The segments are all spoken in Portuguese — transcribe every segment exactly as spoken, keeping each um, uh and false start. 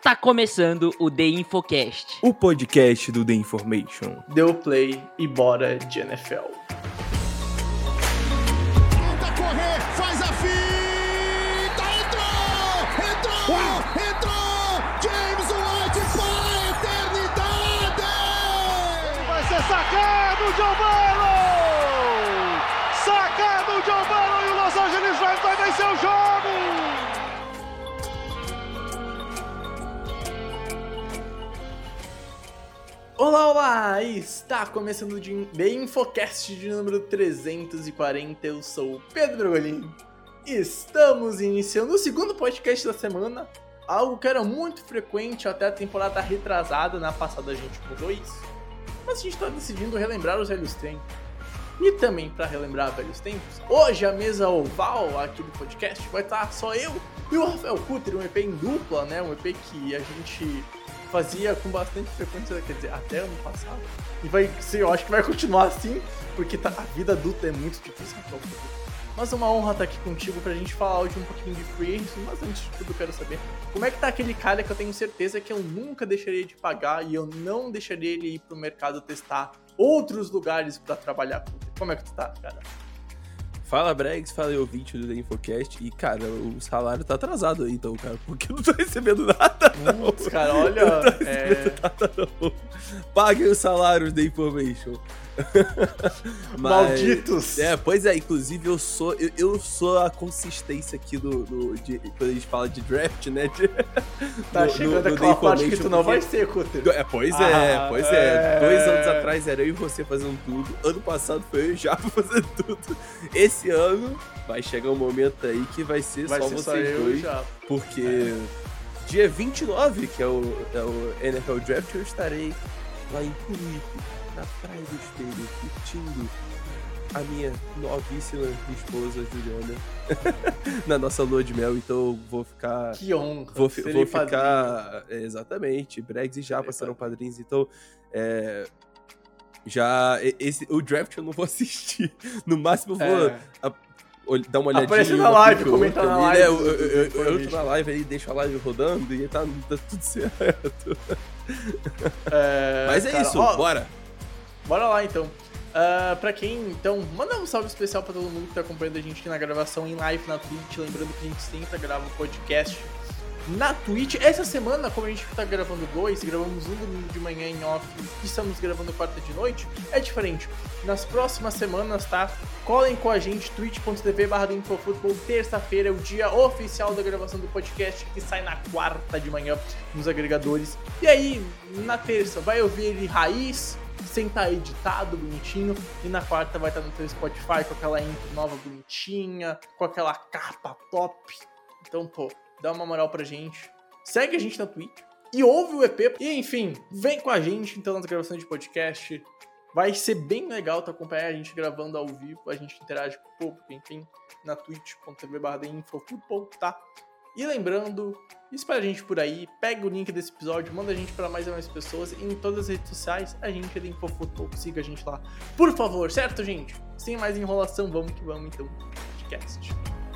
Está começando o The Infocast, o podcast do The Information. Deu play e bora de N F L. Tenta correr, faz a fita, entrou! Entrou! Entrou! James White para a eternidade! Vai ser sacado, Joe Burrow! Sacado, Joe Burrow e o Los Angeles Rams vai vencer o jogo! Olá, olá! Está começando o The Infocast de número trezentos e quarenta, eu sou o Pedro Bragolin. Estamos iniciando o segundo podcast da semana, algo que era muito frequente até a temporada retrasada, na passada a gente mudou isso, mas a gente está decidindo relembrar os velhos tempos. E também para relembrar velhos tempos, hoje a mesa oval aqui do podcast vai estar só eu e o Rafael Cutter, um E P em dupla, né? Um E P que a gente fazia com bastante frequência, quer dizer, até ano passado. E vai ser, eu acho que vai continuar assim, porque tá, a vida adulta é muito difícil. Mas é uma honra estar aqui contigo pra gente falar hoje um pouquinho de free agency, mas antes de tudo eu quero saber como é que tá aquele cara que eu tenho certeza que eu nunca deixaria de pagar e eu não deixaria ele ir pro mercado testar outros lugares pra trabalhar. Como é que tu tá, cara? Fala, Bregs, fala aí, ouvinte do The Infocast. E, cara, o salário tá atrasado aí, então, cara, porque eu não tô recebendo nada, não. Putz, cara, olha, eu não tô recebendo é... nada, não. Paguem os salários da Information. Mas, malditos! É, pois é, inclusive eu sou eu, eu sou a consistência aqui do, do de, quando a gente fala de draft, né? De, tá do, chegando do, aquela do parte que tu não porque... vai ser, Cutter. É, pois ah, é, pois é. é. Dois anos atrás era eu e você fazendo tudo. Ano passado foi eu e o Japa fazendo tudo. Esse ano vai chegar um momento aí que vai ser vai só ser vocês só eu dois. E já. Porque é. dia vinte e nove, que é o, é o N F L Draft, eu estarei lá em Culipe, na Praia do Espelho, curtindo a minha novíssima esposa, Juliana, na nossa lua de mel, então eu vou ficar... Que honra! Vou, vou ficar... É, exatamente, Bregs e Japa serão padrinhos, então... É, já... Esse, o draft eu não vou assistir, no máximo eu vou... É. A, dar uma olhadinha... Aparece na live, comenta na live. Né? Eu, eu, eu, eu, eu tô na live aí, deixo a live rodando e tá, tá tudo certo. É, Mas é cara, isso, ó, bora! Bora lá, então. Uh, pra quem, então, manda um salve especial pra todo mundo que tá acompanhando a gente aqui na gravação em live na Twitch. Lembrando que a gente sempre grava o podcast na Twitch. Essa semana, como a gente tá gravando dois, gravamos um domingo de manhã em off e estamos gravando quarta de noite, é diferente. Nas próximas semanas, tá? Colhem com a gente, twitch.tv barra Infofutebol. Terça-feira é o dia oficial da gravação do podcast, que sai na quarta de manhã nos agregadores. E aí, na terça, vai ouvir ele raiz, sem estar editado, bonitinho, e na quarta vai estar no teu Spotify com aquela intro nova bonitinha, com aquela capa top. Então, pô, dá uma moral pra gente, segue a gente na Twitch e ouve o E P, e enfim, vem com a gente então nas gravações de podcast. Vai ser bem legal tu acompanhar a gente gravando ao vivo, a gente interage com o público, enfim, na twitch.tv barra Infofutebol, tá? E lembrando, espera a gente por aí, pega o link desse episódio, manda a gente para mais e mais pessoas, e em todas as redes sociais a gente é do Infofutebol, siga a gente lá, por favor, certo, gente? Sem mais enrolação, vamos que vamos então, podcast.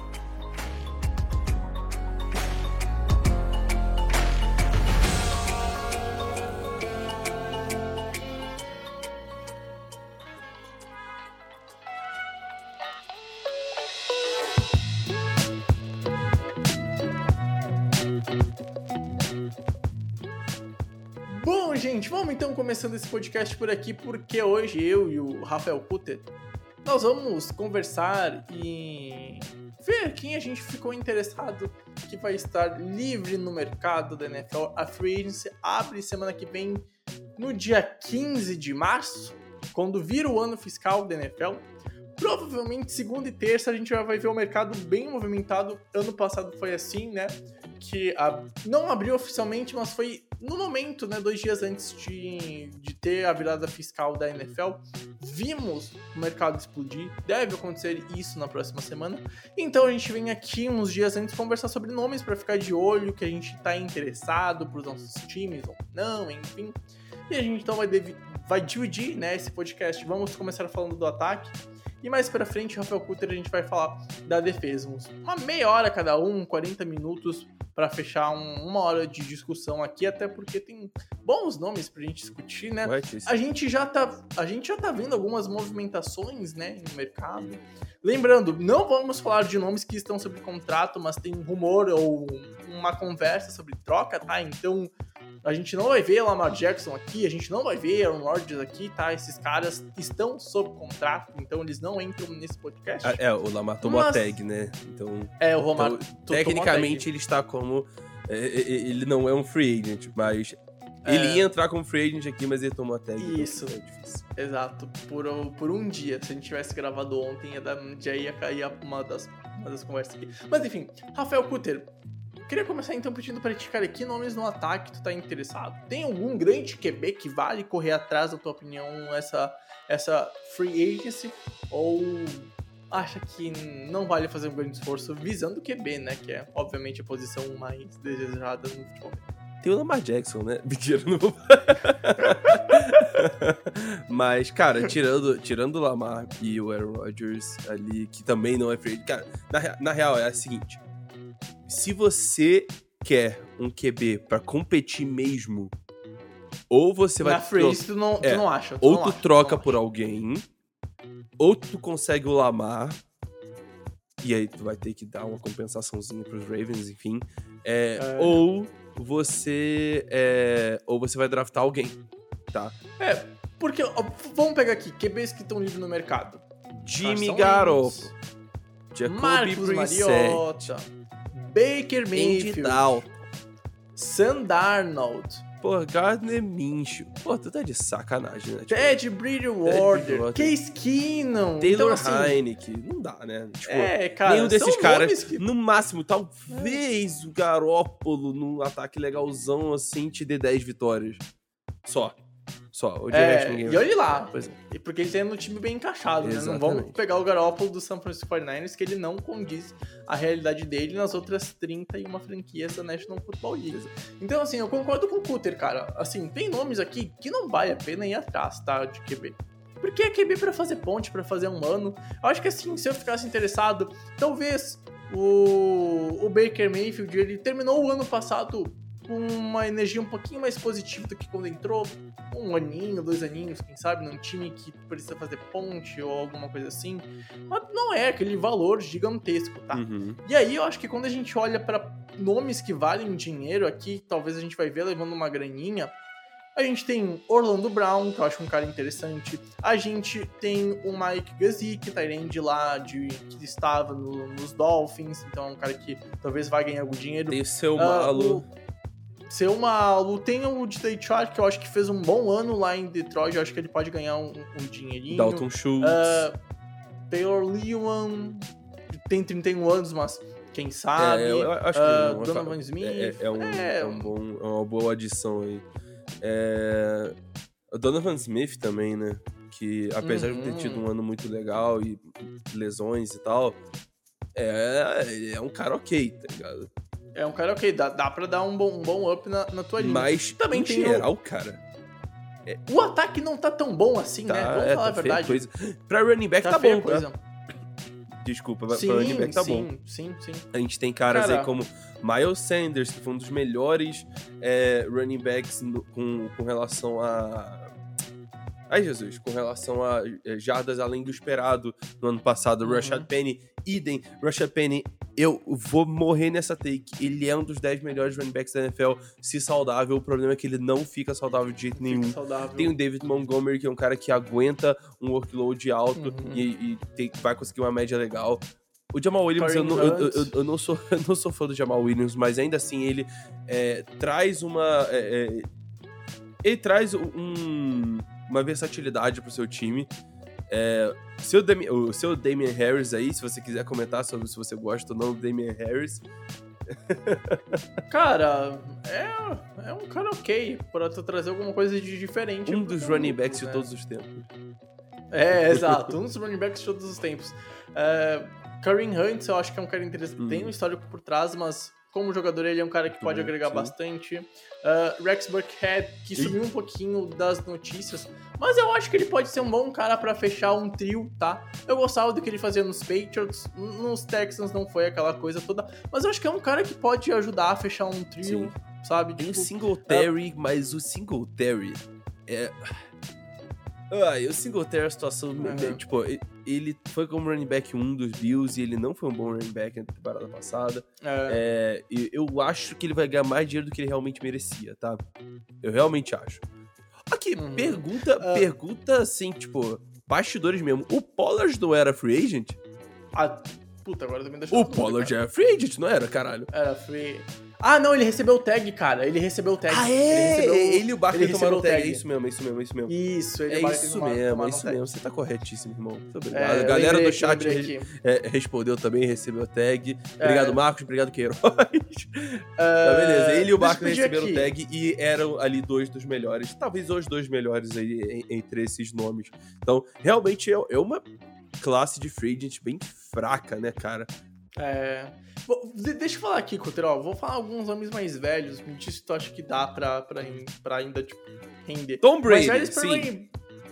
Bom, gente, vamos então começando esse podcast por aqui, porque hoje eu e o Rafael Cutter, nós vamos conversar e ver quem a gente ficou interessado que vai estar livre no mercado da N F L. A Free Agency abre semana que vem, no dia quinze de março, quando vira o ano fiscal da N F L. Provavelmente segunda e terça a gente já vai ver o mercado bem movimentado. Ano passado foi assim, né? Que a, não abriu oficialmente, mas foi no momento, né? Dois dias antes de, de ter a virada fiscal da N F L. Vimos o mercado explodir. Deve acontecer isso na próxima semana. Então a gente vem aqui uns dias antes conversar sobre nomes para ficar de olho, que a gente tá interessado para os nossos times ou não, enfim. E a gente então vai, dev- vai dividir, né, esse podcast. Vamos começar falando do ataque. E mais pra frente, Rafael Cutter, a gente vai falar da defesa. Uns, uma meia hora cada um, quarenta minutos pra fechar um, uma hora de discussão aqui, até porque tem bons nomes pra gente discutir, né? A gente já tá, a gente já tá vendo algumas movimentações, né, no mercado. Lembrando, não vamos falar de nomes que estão sob contrato, mas tem um rumor ou uma conversa sobre troca, tá? Então, a gente não vai ver Lamar Jackson aqui, a gente não vai ver Aaron Rodgers aqui, tá? Esses caras estão sob contrato, então eles não entram nesse podcast. Ah, é, o Lamar tomou mas... a tag, né? Então, é, o Lamar então, tecnicamente ele está como... É, ele não é um free agent, mas... É... Ele ia entrar como free agent aqui, mas ele tomou a tag. Isso, então é difícil. Exato. Por, por um dia. Se a gente tivesse gravado ontem, ia dar, já ia cair uma das, uma das conversas aqui. Mas enfim, Rafael Cutter, queria começar então pedindo pra ti, cara, que nomes no ataque tu tá interessado? Tem algum grande Q B que vale correr atrás, na tua opinião, essa, essa free agency? Ou acha que não vale fazer um grande esforço visando o Q B, né? Que é, obviamente, a posição mais desejada no futebol. Tem o Lamar Jackson, né? Mentira, não vou... Mas, cara, tirando, tirando o Lamar e o Aaron Rodgers ali, que também não é free agent, cara, na, na real é a seguinte: se você quer um Q B pra competir mesmo, ou você vai... Na free agent tu não, tu é, não acha. Tu ou não tu acha, troca tu por alguém, ou tu consegue o Lamar, e aí tu vai ter que dar uma compensaçãozinha pros Ravens, enfim. É, é... Ou você é, ou você vai draftar alguém, tá? É, porque, ó, vamos pegar aqui, Q Bs que estão livres no mercado. Jimmy Garoppolo, Marcos Mariota, Baker Mayfield, Sam Darnold, pô, Gardner Minshew. Pô, tu tá de sacanagem, né? Tipo, Ted Bridgewater, Case Keenum, Taylor então, assim, Heineke. Não dá, né? Tipo, é, cara, nenhum desses caras, que... no máximo, talvez é. o Garoppolo num ataque legalzão assim te dê dez vitórias. Só. Só. O de é, resto ninguém e olha lá. Pois é. E porque ele tem um time bem encaixado, né? Não vamos pegar o Garoppolo do San Francisco forty-niners, que ele não condiz a realidade dele nas outras trinta e uma franquias da National Football League. Então, assim, eu concordo com o Cutter, cara. Assim, tem nomes aqui que não vale a pena ir atrás, tá? De Q B. Porque é Q B pra fazer ponte, pra fazer um ano. Eu acho que, assim, se eu ficasse interessado, talvez o, o Baker Mayfield, ele terminou o ano passado com uma energia um pouquinho mais positiva do que quando entrou. Um aninho, dois aninhos, quem sabe, num time que precisa fazer ponte ou alguma coisa assim. Mas não é aquele valor gigantesco, tá? Uhum. E aí eu acho que quando a gente olha pra nomes que valem dinheiro aqui, talvez a gente vai ver levando uma graninha. A gente tem Orlando Brown, que eu acho um cara interessante. A gente tem o Mike Gesicki, tight end lá, de, que estava no, nos Dolphins. Então é um cara que talvez vai ganhar algum dinheiro. Tem o seu Malo. Uh, Ser uma... Tem o D J Chark, que eu acho que fez um bom ano lá em Detroit. Eu acho que ele pode ganhar um, um dinheirinho. Dalton Schultz. Uh, Taylor Lewan. Tem trinta e um anos, mas quem sabe. É, eu acho uh, que Donovan Smith. É, é, um, é... é um bom, é uma boa adição aí. É... O Donovan Smith também, né? Que apesar uhum. de ter tido um ano muito legal e lesões e tal, é, é um cara ok, tá ligado? É um cara ok, dá, dá pra dar um bom, um bom up na, na tua linha. Mas, também em tem geral, o... cara... É... O ataque não tá tão bom assim, tá, né? Vamos é, falar tá a verdade. Coisa. Pra running back tá, tá bom, coisa. Tá? Desculpa, sim, pra running back tá sim, bom. Sim, sim, sim. A gente tem caras cara... aí como Miles Sanders, que foi um dos melhores é, running backs no, com, com relação a... Ai, Jesus, com relação a jardas além do esperado no ano passado. Uhum. Rashad Penny, idem. Rashad Penny, eu vou morrer nessa take. Ele é um dos dez melhores running backs da N F L, se saudável. O problema é que ele não fica saudável de jeito nenhum. Tem o David Montgomery, que é um cara que aguenta um workload alto uhum. e, e tem, vai conseguir uma média legal. O Jamal Williams, eu não, eu, eu, eu, não sou, eu não sou fã do Jamal Williams, mas ainda assim ele é, traz uma... É, é, ele traz um... uma versatilidade pro seu time. É, seu Dami- o seu Damian Harris aí, se você quiser comentar sobre se você gosta ou não do Damian Harris. Cara, é, é um cara ok pra tu trazer alguma coisa de diferente. Um dos running backs né? de todos os tempos. É, exato. Um dos running backs de todos os tempos. É, Kareem Hunt, eu acho que é um cara interessante. Hum. Tem um histórico por trás, mas como jogador ele é um cara que pode Sim, agregar sim. bastante. Uh, Rex Burkhead, que sumiu um pouquinho das notícias, mas eu acho que ele pode ser um bom cara pra fechar um trio, tá? Eu gostava do que ele fazia nos Patriots, nos Texans não foi aquela coisa toda, mas eu acho que é um cara que pode ajudar a fechar um trio, Sim. sabe? Tem o Tipo, Singletary, mas o Singletary é... Ah, e o Singletary, a situação... Uhum. Tipo, ele foi como running back um dos Bills e ele não foi um bom running back na temporada passada. é, É, e eu acho que ele vai ganhar mais dinheiro do que ele realmente merecia, tá? Eu realmente acho. Aqui, Uhum. pergunta, Ah. pergunta assim, tipo, bastidores mesmo. O Pollard não era free agent? ah, puta, agora também deixou O Pollard era free agent, não era, caralho? Era free. Ah, não, ele recebeu o tag, cara. Ele recebeu o tag. Ah, Ele, é? recebeu, Ele e o Barkley ele tomaram recebeu o tag. É isso mesmo, é isso mesmo, é isso mesmo. Isso, ele É e o Barkley isso tomaram- mesmo, é tomaram isso um tag. mesmo. Você tá corretíssimo, irmão. Muito obrigado. É, a galera lembrei do aqui, chat lembrei re- aqui. é, respondeu também, recebeu o tag. É. Obrigado, Marcos. Obrigado, Queiroz. Ah, Tá, beleza. Ele e o deixa Barkley eu pedir receberam o aqui. tag e eram ali dois dos melhores. Talvez os dois melhores aí em- entre esses nomes. Então, realmente é, é uma classe de free agent bem fraca, né, cara? É... Vou- de- deixa eu falar aqui, Coteiro. ó, Vou falar alguns nomes mais velhos. Me diz se tu acha que dá pra, pra, ren- pra ainda, tipo, render. Tom Brady, Mais velhos pra sim. running-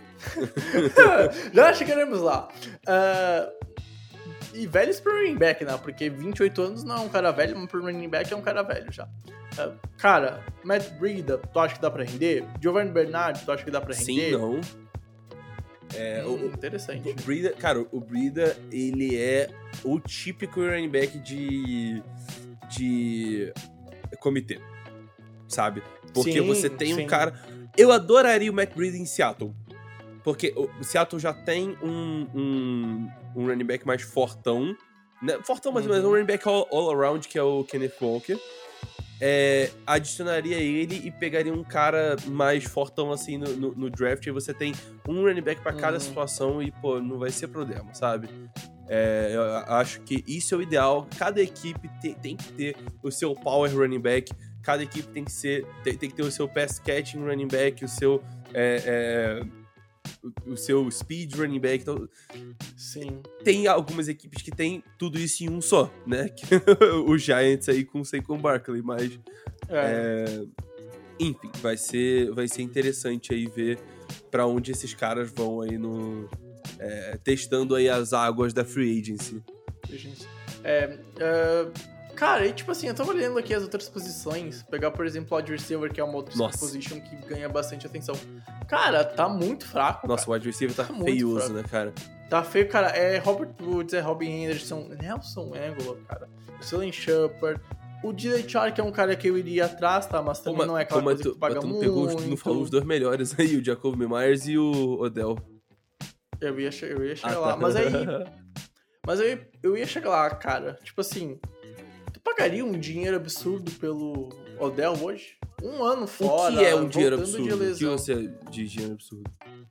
Já chegaremos lá. Ah, E velhos pro running back, né? Porque vinte e oito anos não é um cara velho, mas pro running back é um cara velho já. Ah, cara, Matt Breida, tu acha que dá pra render? Giovanni Bernard, tu acha que dá pra render? Sim, não. É, Hum, o, interessante. o Breida, cara, o Breida, ele é o típico running back de, de comitê, sabe? Porque Sim, você tem sim. um cara... Eu adoraria o Matt Breida em Seattle, porque o o Seattle já tem um, um, um running back mais fortão, né? Fortão, mas Uhum. mas um running back all, all around, que é o Kenneth Walker. É, adicionaria ele e pegaria um cara mais fortão assim no, no, no draft, e você tem um running back pra cada Uhum. situação e, pô, não vai ser problema, sabe? É, eu acho que isso é o ideal. Cada equipe tem, tem que ter o seu power running back, cada equipe tem que ser tem, tem que ter o seu pass catching running back, o seu é, é, o, o seu speed running back. Então, Sim. tem algumas equipes que tem tudo isso em um só, né? O Giants aí com o Saquon Barkley, mas É. é, enfim, vai ser, vai ser interessante aí ver pra onde esses caras vão aí no é, testando aí as águas da free agency. Gente. É, é, cara, e tipo assim, eu tava olhando aqui as outras posições. Pegar, por exemplo, o wide receiver, que é uma outra Nossa. position que ganha bastante atenção. Cara, tá muito fraco. Nossa, cara. o wide receiver tá Tá muito feioso, fraco. né, cara? Tá feio, cara. É Robert Woods, é Robin Anderson, Nelson Aguilar, cara. O Sterling Shepard. O D J Chark é um cara que eu iria atrás, tá? Mas também Pô, não é aquela pô, mas coisa tu, que tu paga mas tu não, muito. pegou, os- não falou os dois melhores aí, o Jacob Myers e o Odell. Eu ia, che- eu ia chegar Ah, lá. tá. Mas aí... Mas eu, ia- eu ia chegar lá, cara. Tipo assim... Tu pagaria um dinheiro absurdo pelo Odell hoje? Um ano fora, O que é um dinheiro voltando absurdo? de O que lesão. você diz dinheiro absurdo?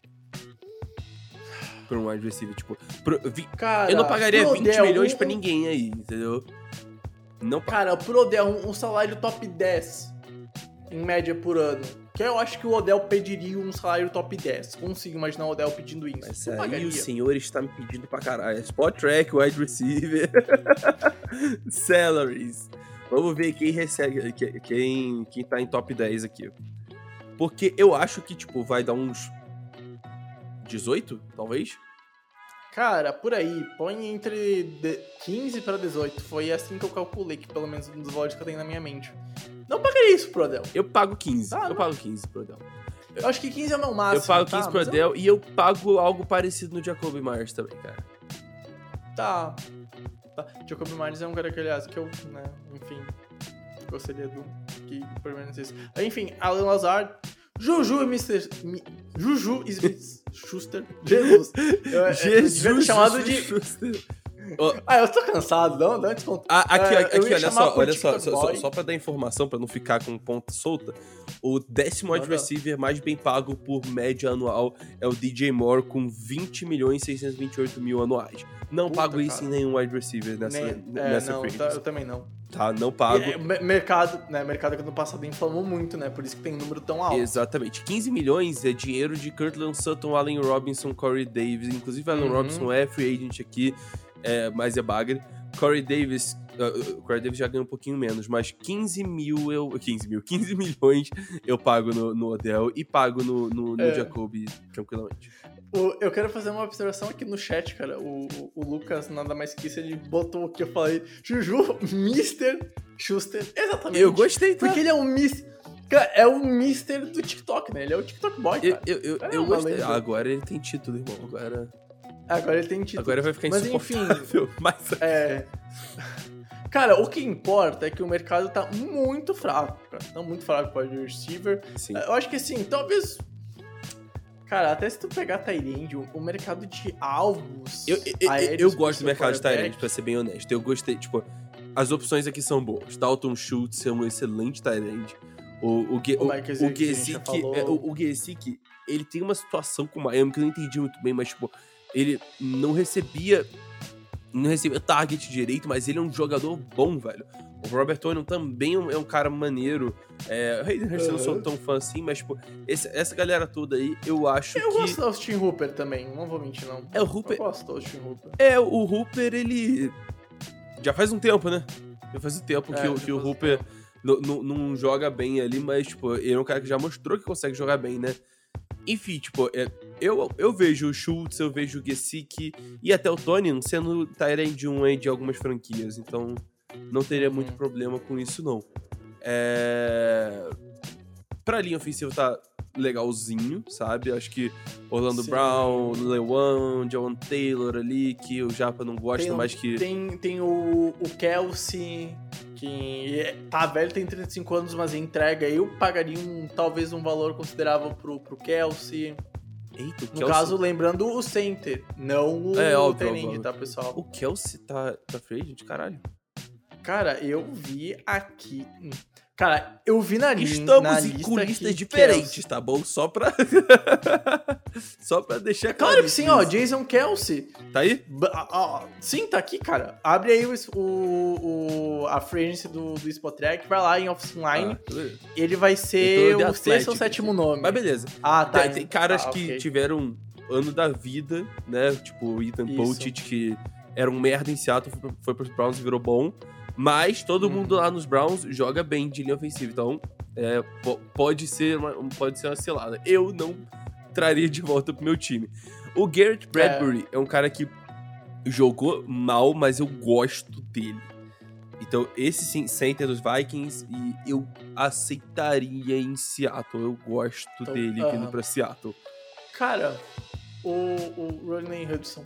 Pra um wide receiver, tipo... pro- vi- Cara, eu não pagaria pro vinte Odell, milhões um- pra ninguém aí, entendeu? Não pa- Cara, pro Odell, um, um salário top dez, em média, por ano. Que eu acho que o Odell pediria um salário top dez. Consigo imaginar o Odell pedindo isso. Mas Eu aí pagaria. o senhor está me pedindo pra caralho. Spot track, wide receiver, salaries. Vamos ver quem recebe, que- quem, quem tá em top dez aqui. Porque eu acho que, tipo, vai dar uns dezoito, talvez? Cara, por aí, põe entre de- quinze pra dezoito. Foi assim que eu calculei, que pelo menos um dos valores que eu tenho na minha mente. Não pagaria isso pro Odell. Eu pago quinze. Ah, eu não. pago quinze pro Odell. Eu acho que quinze é o meu máximo. eu pago tá? quinze pro Mas eu- Odell e eu pago algo parecido no Jacob Myers também, cara. Tá. tá. Jacob Myers é um cara que, aliás, que eu, né, enfim, gostaria do que permanecesse. Enfim, Alan Lazard, Juju e mister Mi, Juju Smith Schuster. Jesus. Eu, eu devia ter chamado de... Schuster. Ó, Ah, eu tô cansado, dá um, dá um desconto. Ah, aqui, É, aqui, eu ia olha chamar só, por olha só, TikTok só, só, Boy. só pra dar informação, pra não ficar com ponta solta, o décimo wide Manda. receiver mais bem pago por média anual é o D J Moore, com vinte milhões e seiscentos e vinte e oito mil anuais. Não Puta, pago isso cara. em nenhum wide receiver nessa, Nem- é, nessa não, free tá, agency. eu também não. Tá, não pago. E, é, me- mercado, né, mercado que no passado inflamou muito, né, por isso que tem número tão alto. Exatamente. quinze milhões é dinheiro de Cortland Sutton, Allen Robinson, Corey Davis. Inclusive, Allen Uhum. Robinson é free agent aqui, é, mas é bagre. Corey Davis, uh, o Corey Davis já ganha um pouquinho menos, mas quinze mil, eu, quinze mil, quinze milhões eu pago no, no Odell e pago no, no, no é. Jacoby tranquilamente. O, eu quero fazer uma observação aqui no chat, cara. O, o, o Lucas, nada mais que isso, ele botou o que eu falei. Juju, mister Schuster. Exatamente. Eu gostei, tá? Porque ele é um mister... Cara, é o mister do TikTok, né? Ele é o TikTok boy, cara. Eu, eu, eu, é eu gostei. Ah, agora ele tem título, irmão. Agora... Agora ele tem título. Agora vai ficar Mas, insuportável. Enfim, mas... É... Cara, o que importa é que o mercado tá muito fraco, cara. Tá muito fraco para o receiver. Sim. Eu acho que assim, talvez... Cara, até se tu pegar Tyrande, o mercado de alvos... Eu, eu, eu, eu gosto do mercado de Tyrande, pra ser bem honesto. Eu gostei, tipo... As opções aqui são boas. Dalton Schultz é um excelente Tyrande. O, o, o, o, o Gesicki, é, o, o Gesicki, ele tem uma situação com o Miami que eu não entendi muito bem, mas, tipo, ele não recebia... Não recebia target direito, mas ele é um jogador bom, velho. O Robert Tonyan também é um cara maneiro. É, o Hayden Hurst eu não sou tão fã assim, mas, tipo, esse, essa galera toda aí, eu acho eu que... Eu gosto do Austin Hooper também, não vou mentir, não. É, o Hooper... Eu gosto do Austin Hooper. É, o Hooper, ele... Já faz um tempo, né? Já faz um tempo que, é, que o Hooper não, não joga bem ali, mas, tipo, ele é um cara que já mostrou que consegue jogar bem, né? Enfim, tipo, é, eu, eu vejo o Schultz, eu vejo o Gesicki e até o Tonyan sendo Tyrande um aí de algumas franquias, então não teria uhum. muito problema com isso, não. É... Pra linha ofensiva tá legalzinho, sabe? Acho que Orlando Sim. Brown, Lewan, Jawan Taylor ali, que o Japa não gosta, tem, mas que... Tem, tem o, o Kelsey, que tá velho, tem trinta e cinco anos, mas entrega. Eu pagaria um, talvez um valor considerável pro, pro Kelsey. Eita, o no Kelsey... caso, lembrando o center, não o é, Tyrande, tá, pessoal? O Kelsey tá, tá free agent, caralho. Cara, eu vi aqui... Cara, eu vi na, Estamos na em lista com listas que diferentes, Kelsey... tá bom? Só pra... Só pra deixar claro. Claro que sim, isso. Ó, Jason Kelsey. Tá aí? Ó, sim, tá aqui, cara. Abre aí o, o, o, a free agency do, do Spotrac, vai lá em Office Line. Ah, ele vai ser o sexto ou sétimo nome. Mas beleza. Ah, tá. Tem, tem caras ah, que okay. tiveram ano da vida, né? Tipo o Ethan Pochit, que era um merda em Seattle, foi, foi pros Browns e virou bom. Mas todo hum. mundo lá nos Browns joga bem de linha ofensiva. Então, é, pode, ser uma, pode ser uma selada. Eu não traria de volta pro meu time. O Garrett Bradbury é, é um cara que jogou mal, mas eu gosto dele. Então, esse sim, center dos Vikings, e eu aceitaria em Seattle. Eu gosto então, dele uh-huh. vindo pra Seattle. Cara, o, o Rodney Hudson,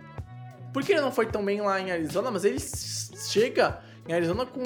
por que ele não foi tão bem lá em Arizona, mas ele chega em Arizona com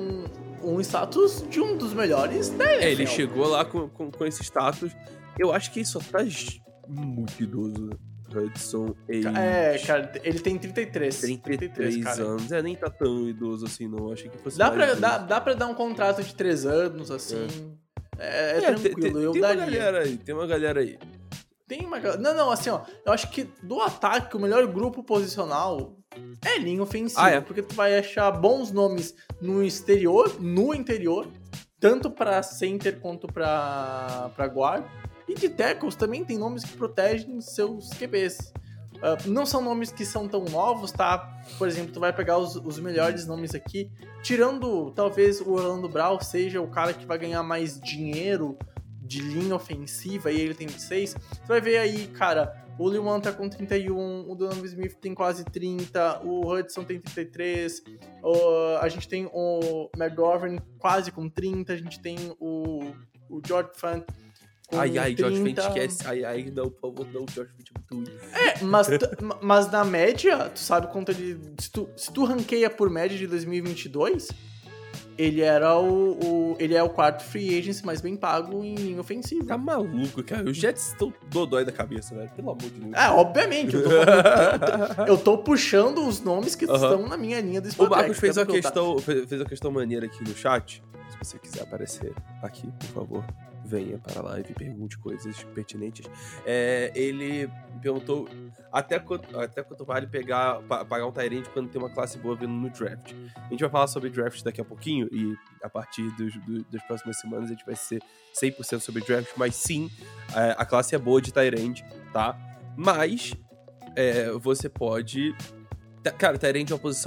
um status de um dos melhores da N F L. É, ele chegou lá com, com, com esse status. Eu acho que ele só tá muito idoso. Hudson Age. É, cara, ele tem trinta e três. trinta e três anos. É, nem tá tão idoso assim, não. Achei que fosse dá mais pra, dá, dá pra dar um contrato de três anos, assim. É, é, é tranquilo, tem, eu tem daria. Tem uma galera aí, tem uma galera aí. Tem uma galera... Não, não, assim, ó. Eu acho que do ataque, o melhor grupo posicional é linha ofensiva. Ah, é? Porque tu vai achar bons nomes no exterior, no interior, tanto pra center quanto pra, pra guard. E de tackles também tem nomes que protegem seus Q Bs. Uh, não são nomes que são tão novos, tá? Por exemplo, tu vai pegar os, os melhores nomes aqui, tirando talvez o Orlando Brown seja o cara que vai ganhar mais dinheiro de linha ofensiva, e ele tem vinte e seis. Você vai ver aí, cara, o Lewan tá com trinta e um, o Donovan Smith tem quase trinta, o Hudson tem trinta e três, o, a gente tem o McGovern quase com trinta, a gente tem o, o George Fant com ai, ai, trinta. George Fant esquece, ai, ai, não, por favor, não, George Fant é muito ruim. É, mas, mas na média, tu sabe quanto ele... Se tu, se tu ranqueia por média de dois mil e vinte e dois... Ele era o, o. Ele é o quarto free agency mais bem pago em linha ofensiva. Tá maluco, cara. Os Jets estão dodói da cabeça, velho. Pelo amor de Deus. É, obviamente. Eu tô, eu, eu tô puxando os nomes que uh-huh. estão na minha linha do Spotrac. O Marcos fez uma, questão, fez uma questão maneira aqui no chat. Se você quiser aparecer aqui, por favor, venha para a live e pergunte coisas pertinentes. É, ele perguntou até quanto, até quanto vale pegar, pagar um Tyrande quando tem uma classe boa vindo no draft. A gente vai falar sobre draft daqui a pouquinho e a partir dos, do, das próximas semanas a gente vai ser cem por cento sobre draft, mas sim, a, a classe é boa de Tyrande, tá? Mas é, você pode... Cara, Tyrande é uma posição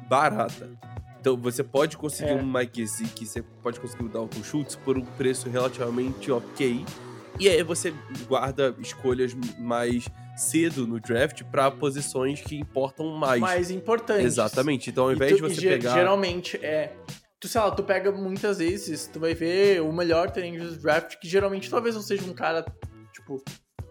barata. Então você pode conseguir É. um Mike Gesicki, você pode conseguir o Dalton Schultz por um preço relativamente ok. E aí você guarda escolhas mais cedo no draft pra posições que importam mais. Mais importantes. Exatamente. Então ao E invés tu- de você e ge- pegar... Geralmente, é... Tu, sei lá, tu pega muitas vezes, tu vai ver o melhor terreno do draft, que geralmente talvez não seja um cara, tipo,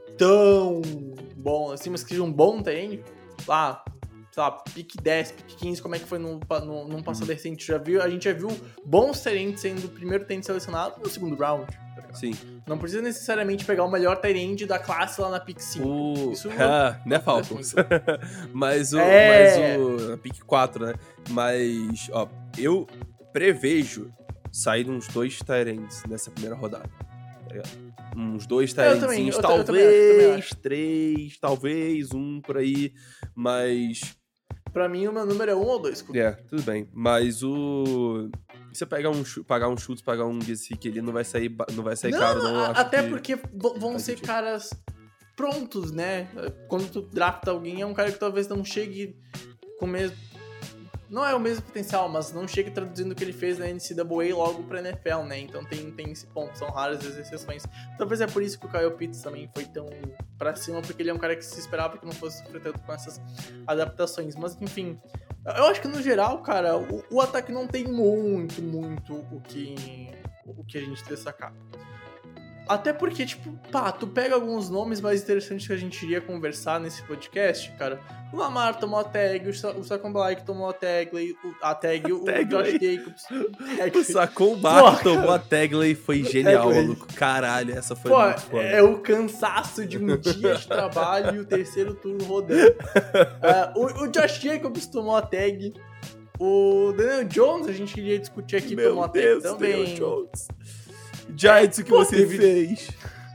tão bom assim, mas que seja um bom terreno. Lá, sei lá, pick dez, pick quinze, como é que foi no, no, num passado recente. Já viu, a gente já viu bons terrenos sendo o primeiro terreno selecionado no segundo round. Tá ligado? Sim. Não precisa necessariamente pegar o melhor terreno da classe lá na pick cinco. O... Isso Ah, né, Falcons? mas o... É. Mas o... A pick quatro, né? Mas, ó, eu prevejo sair uns dois Tyrants nessa primeira rodada. Tá ligado? Uns dois Eu também, Tyrants, eu ta- eu talvez também acho, eu também acho. três, talvez um por aí, mas... Pra mim, o meu número é um ou dois. É, tudo bem. Mas o... Se você pegar um, chu- pagar um chute, pagar um Gesicki, ele não vai sair, ba- não vai sair caro, não. eu a- acho até que- porque v- vão faz ser sentido. caras prontos, né? Quando tu drafta alguém, é um cara que talvez não chegue com o mesmo... Não é o mesmo potencial, mas não chegue traduzindo o que ele fez na N C double A logo pra N F L, né? Então tem, tem esse ponto, são raras as exceções. Talvez é por isso que o Kyle Pitts também foi tão pra cima, porque ele é um cara que se esperava que não fosse sofrer tanto com essas adaptações. Mas, enfim, eu acho que no geral, cara, o, o ataque não tem muito, muito o que, o que a gente destacar. Até porque, tipo, pá, tu pega alguns nomes mais interessantes que a gente iria conversar nesse podcast, cara. O Lamar tomou a tag, o, Sa o Saquon Barkley tomou a tag, o, a tag, o Tagley. Josh Jacobs. O Saquon Barkley Pô, tomou a Tagley, foi genial, Tagley. maluco. Caralho, essa foi Pô, muito foda. é o cansaço de um dia de trabalho e o terceiro turno rodando. Ah, o, o Josh Jacobs tomou a tag. O Daniel Jones, a gente iria discutir aqui, tomou Meu a tag Deus, também. Daniel Jones. Giants, o que Pô, você teve- fez?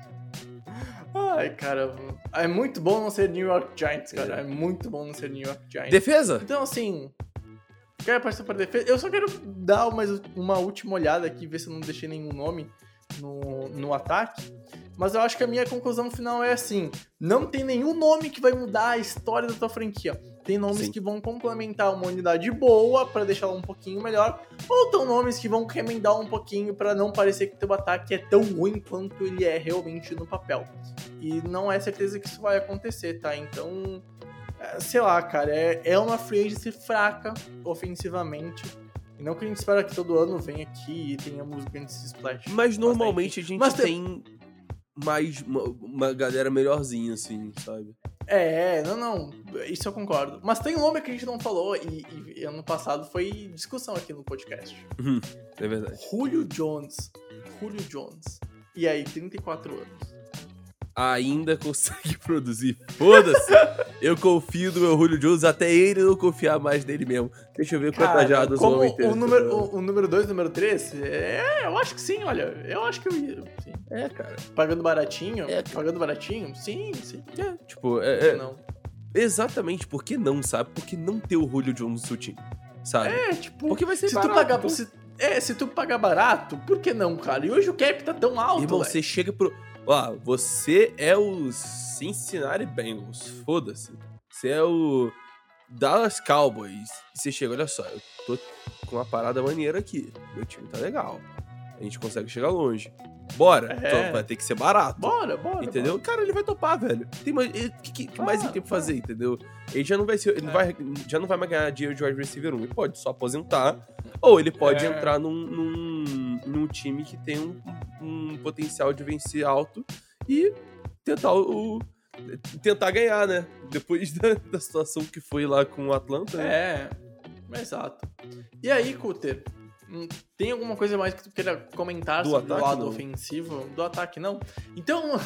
Ai, cara, é muito bom não ser New York Giants, cara. É, muito bom não ser New York Giants. Defesa? Então, assim, quero participar da defesa. Eu só quero dar uma, uma última olhada aqui, ver se eu não deixei nenhum nome no, no ataque. Mas eu acho que a minha conclusão final é assim: não tem nenhum nome que vai mudar a história da tua franquia. Tem nomes Sim. que vão complementar uma unidade boa pra deixar ela um pouquinho melhor, ou tem nomes que vão remendar um pouquinho pra não parecer que teu ataque é tão ruim quanto ele é realmente no papel. E não é certeza que isso vai acontecer, tá? Então, é, sei lá, cara, é, é uma free agency fraca ofensivamente. E não que a gente espera que todo ano venha aqui e tenhamos grandes splash. Mas normalmente a gente Mas tem- tem mais uma, uma galera melhorzinha, assim, sabe? É, não, não, isso eu concordo. Mas tem um nome que a gente não falou e, e ano passado foi discussão aqui no podcast. É verdade. Julio Jones. Julio Jones. E aí, trinta e quatro anos. Ainda consegue produzir. Foda-se! Eu confio no meu Julio Jones até ele não confiar mais nele mesmo. Deixa eu ver quantas Cara, jardas o como homem teve. o número, o, o número dois, número três, é, eu acho que sim, olha. Eu acho que eu ia. Sim. É, cara. Pagando baratinho? É, cara. Pagando baratinho? Sim, sim. É, tipo, é, é- Não. exatamente. Por que não, sabe? Por que não ter o Julio Jones no seu time? Sabe? É, tipo, Porque vai ser se barato, tu pagar. pô. Se, é, se tu pagar barato, por que não, cara? E hoje o cap tá tão alto, Irmão, velho. você chega pro... Ó, você é o Cincinnati Bengals. Foda-se. Você é o Dallas Cowboys. E você chega, olha só, eu tô com uma parada maneira aqui. Meu time tá legal. A gente consegue chegar longe. Bora. É. Então vai ter que ser barato. Bora, bora. Entendeu? Cara, ele vai topar, velho. Tem mais, o que, que- que mais ele tem pra Claro, fazer, entendeu? Ele já não vai ser. Ele É. vai, já não vai mais ganhar dinheiro de wide receiver um. Ele pode só aposentar. Ou ele pode É. entrar num, num, num time que tem um, um potencial de vencer alto e tentar o. Tentar ganhar, né? Depois da, da situação que foi lá com o Atlanta. né? É, exato. E aí, Cutter, hum, tem alguma coisa mais que tu queira comentar Do sobre o ataque, lado não. ofensivo? Do ataque, não? Então...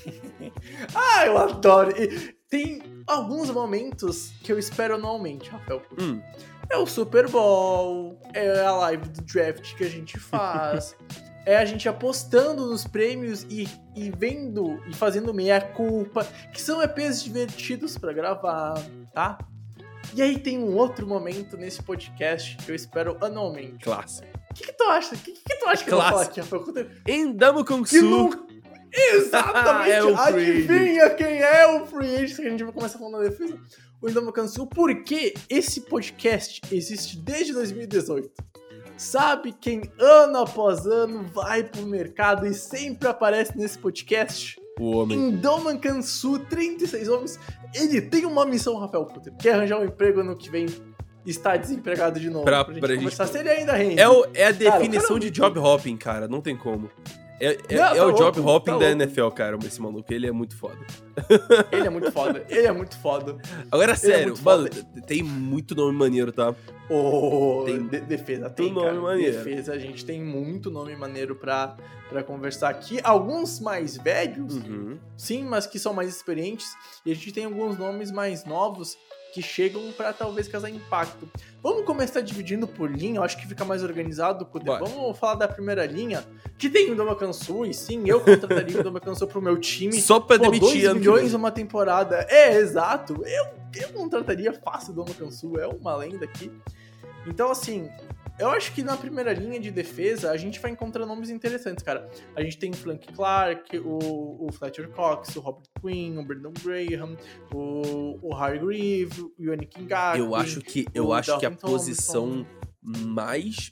ah, eu adoro! E tem alguns momentos que eu espero anualmente, Rafael Cutter. Hum, É o Super Bowl, é a live do draft que a gente faz, é a gente apostando nos prêmios e, e vendo e fazendo meia-culpa, que são E Pês divertidos pra gravar, tá? E aí tem um outro momento nesse podcast que eu espero anualmente. clássico. O que, que tu acha? O que, que tu acha que eu vou falar Clássico. aqui, Rafael? Endamo Kung Que Su. não... Exatamente! É o free Adivinha quem é o free agent que a gente vai começar falando da defesa? o Ndamukong Suh porque esse podcast existe desde dois mil e dezoito. Sabe quem ano após ano vai pro mercado e sempre aparece nesse podcast? O homem. Ndamukong Suh, trinta e seis homens. Ele tem uma missão, Rafael Puter. Quer arranjar um emprego ano que vem? Está desempregado de novo. Pra, pra gente pra conversar gente... se ele ainda rende. É, o, é a Cara, definição o cara... de job hopping, cara. Não tem como. É, é, Não, é tá o job louco, hopping tá da louco. N F L, cara, esse maluco. Ele é muito foda. Ele é muito foda. Ele é muito foda. Agora, sério, muito mano, foda. tem muito nome maneiro, tá? Oh, Tem de- defesa tem, nome cara. maneiro. Defesa, a gente tem muito nome maneiro pra, pra conversar aqui. Alguns mais velhos, Uhum. sim, mas que são mais experientes. E a gente tem alguns nomes mais novos que chegam pra talvez causar impacto. Vamos começar dividindo por linha, eu acho que fica mais organizado. Bora. Vamos falar da primeira linha, que tem o Ndamukong Suh, e sim, eu contrataria o Ndamukong Suh pro meu time. Só pra Pô, demitir dois ano que milhões vem. uma temporada. É, exato. Eu, eu contrataria fácil o Ndamukong Suh, é uma lenda aqui. Então, assim, eu acho que na primeira linha de defesa a gente vai encontrar nomes interessantes, cara. A gente tem o Frank Clark, o, o Fletcher Cox, o Robert Quinn, o Brandon Graham, o, o Harry Grieve, o Yannick Ngakoue. Eu acho que, eu o acho que a Dalvin posição mais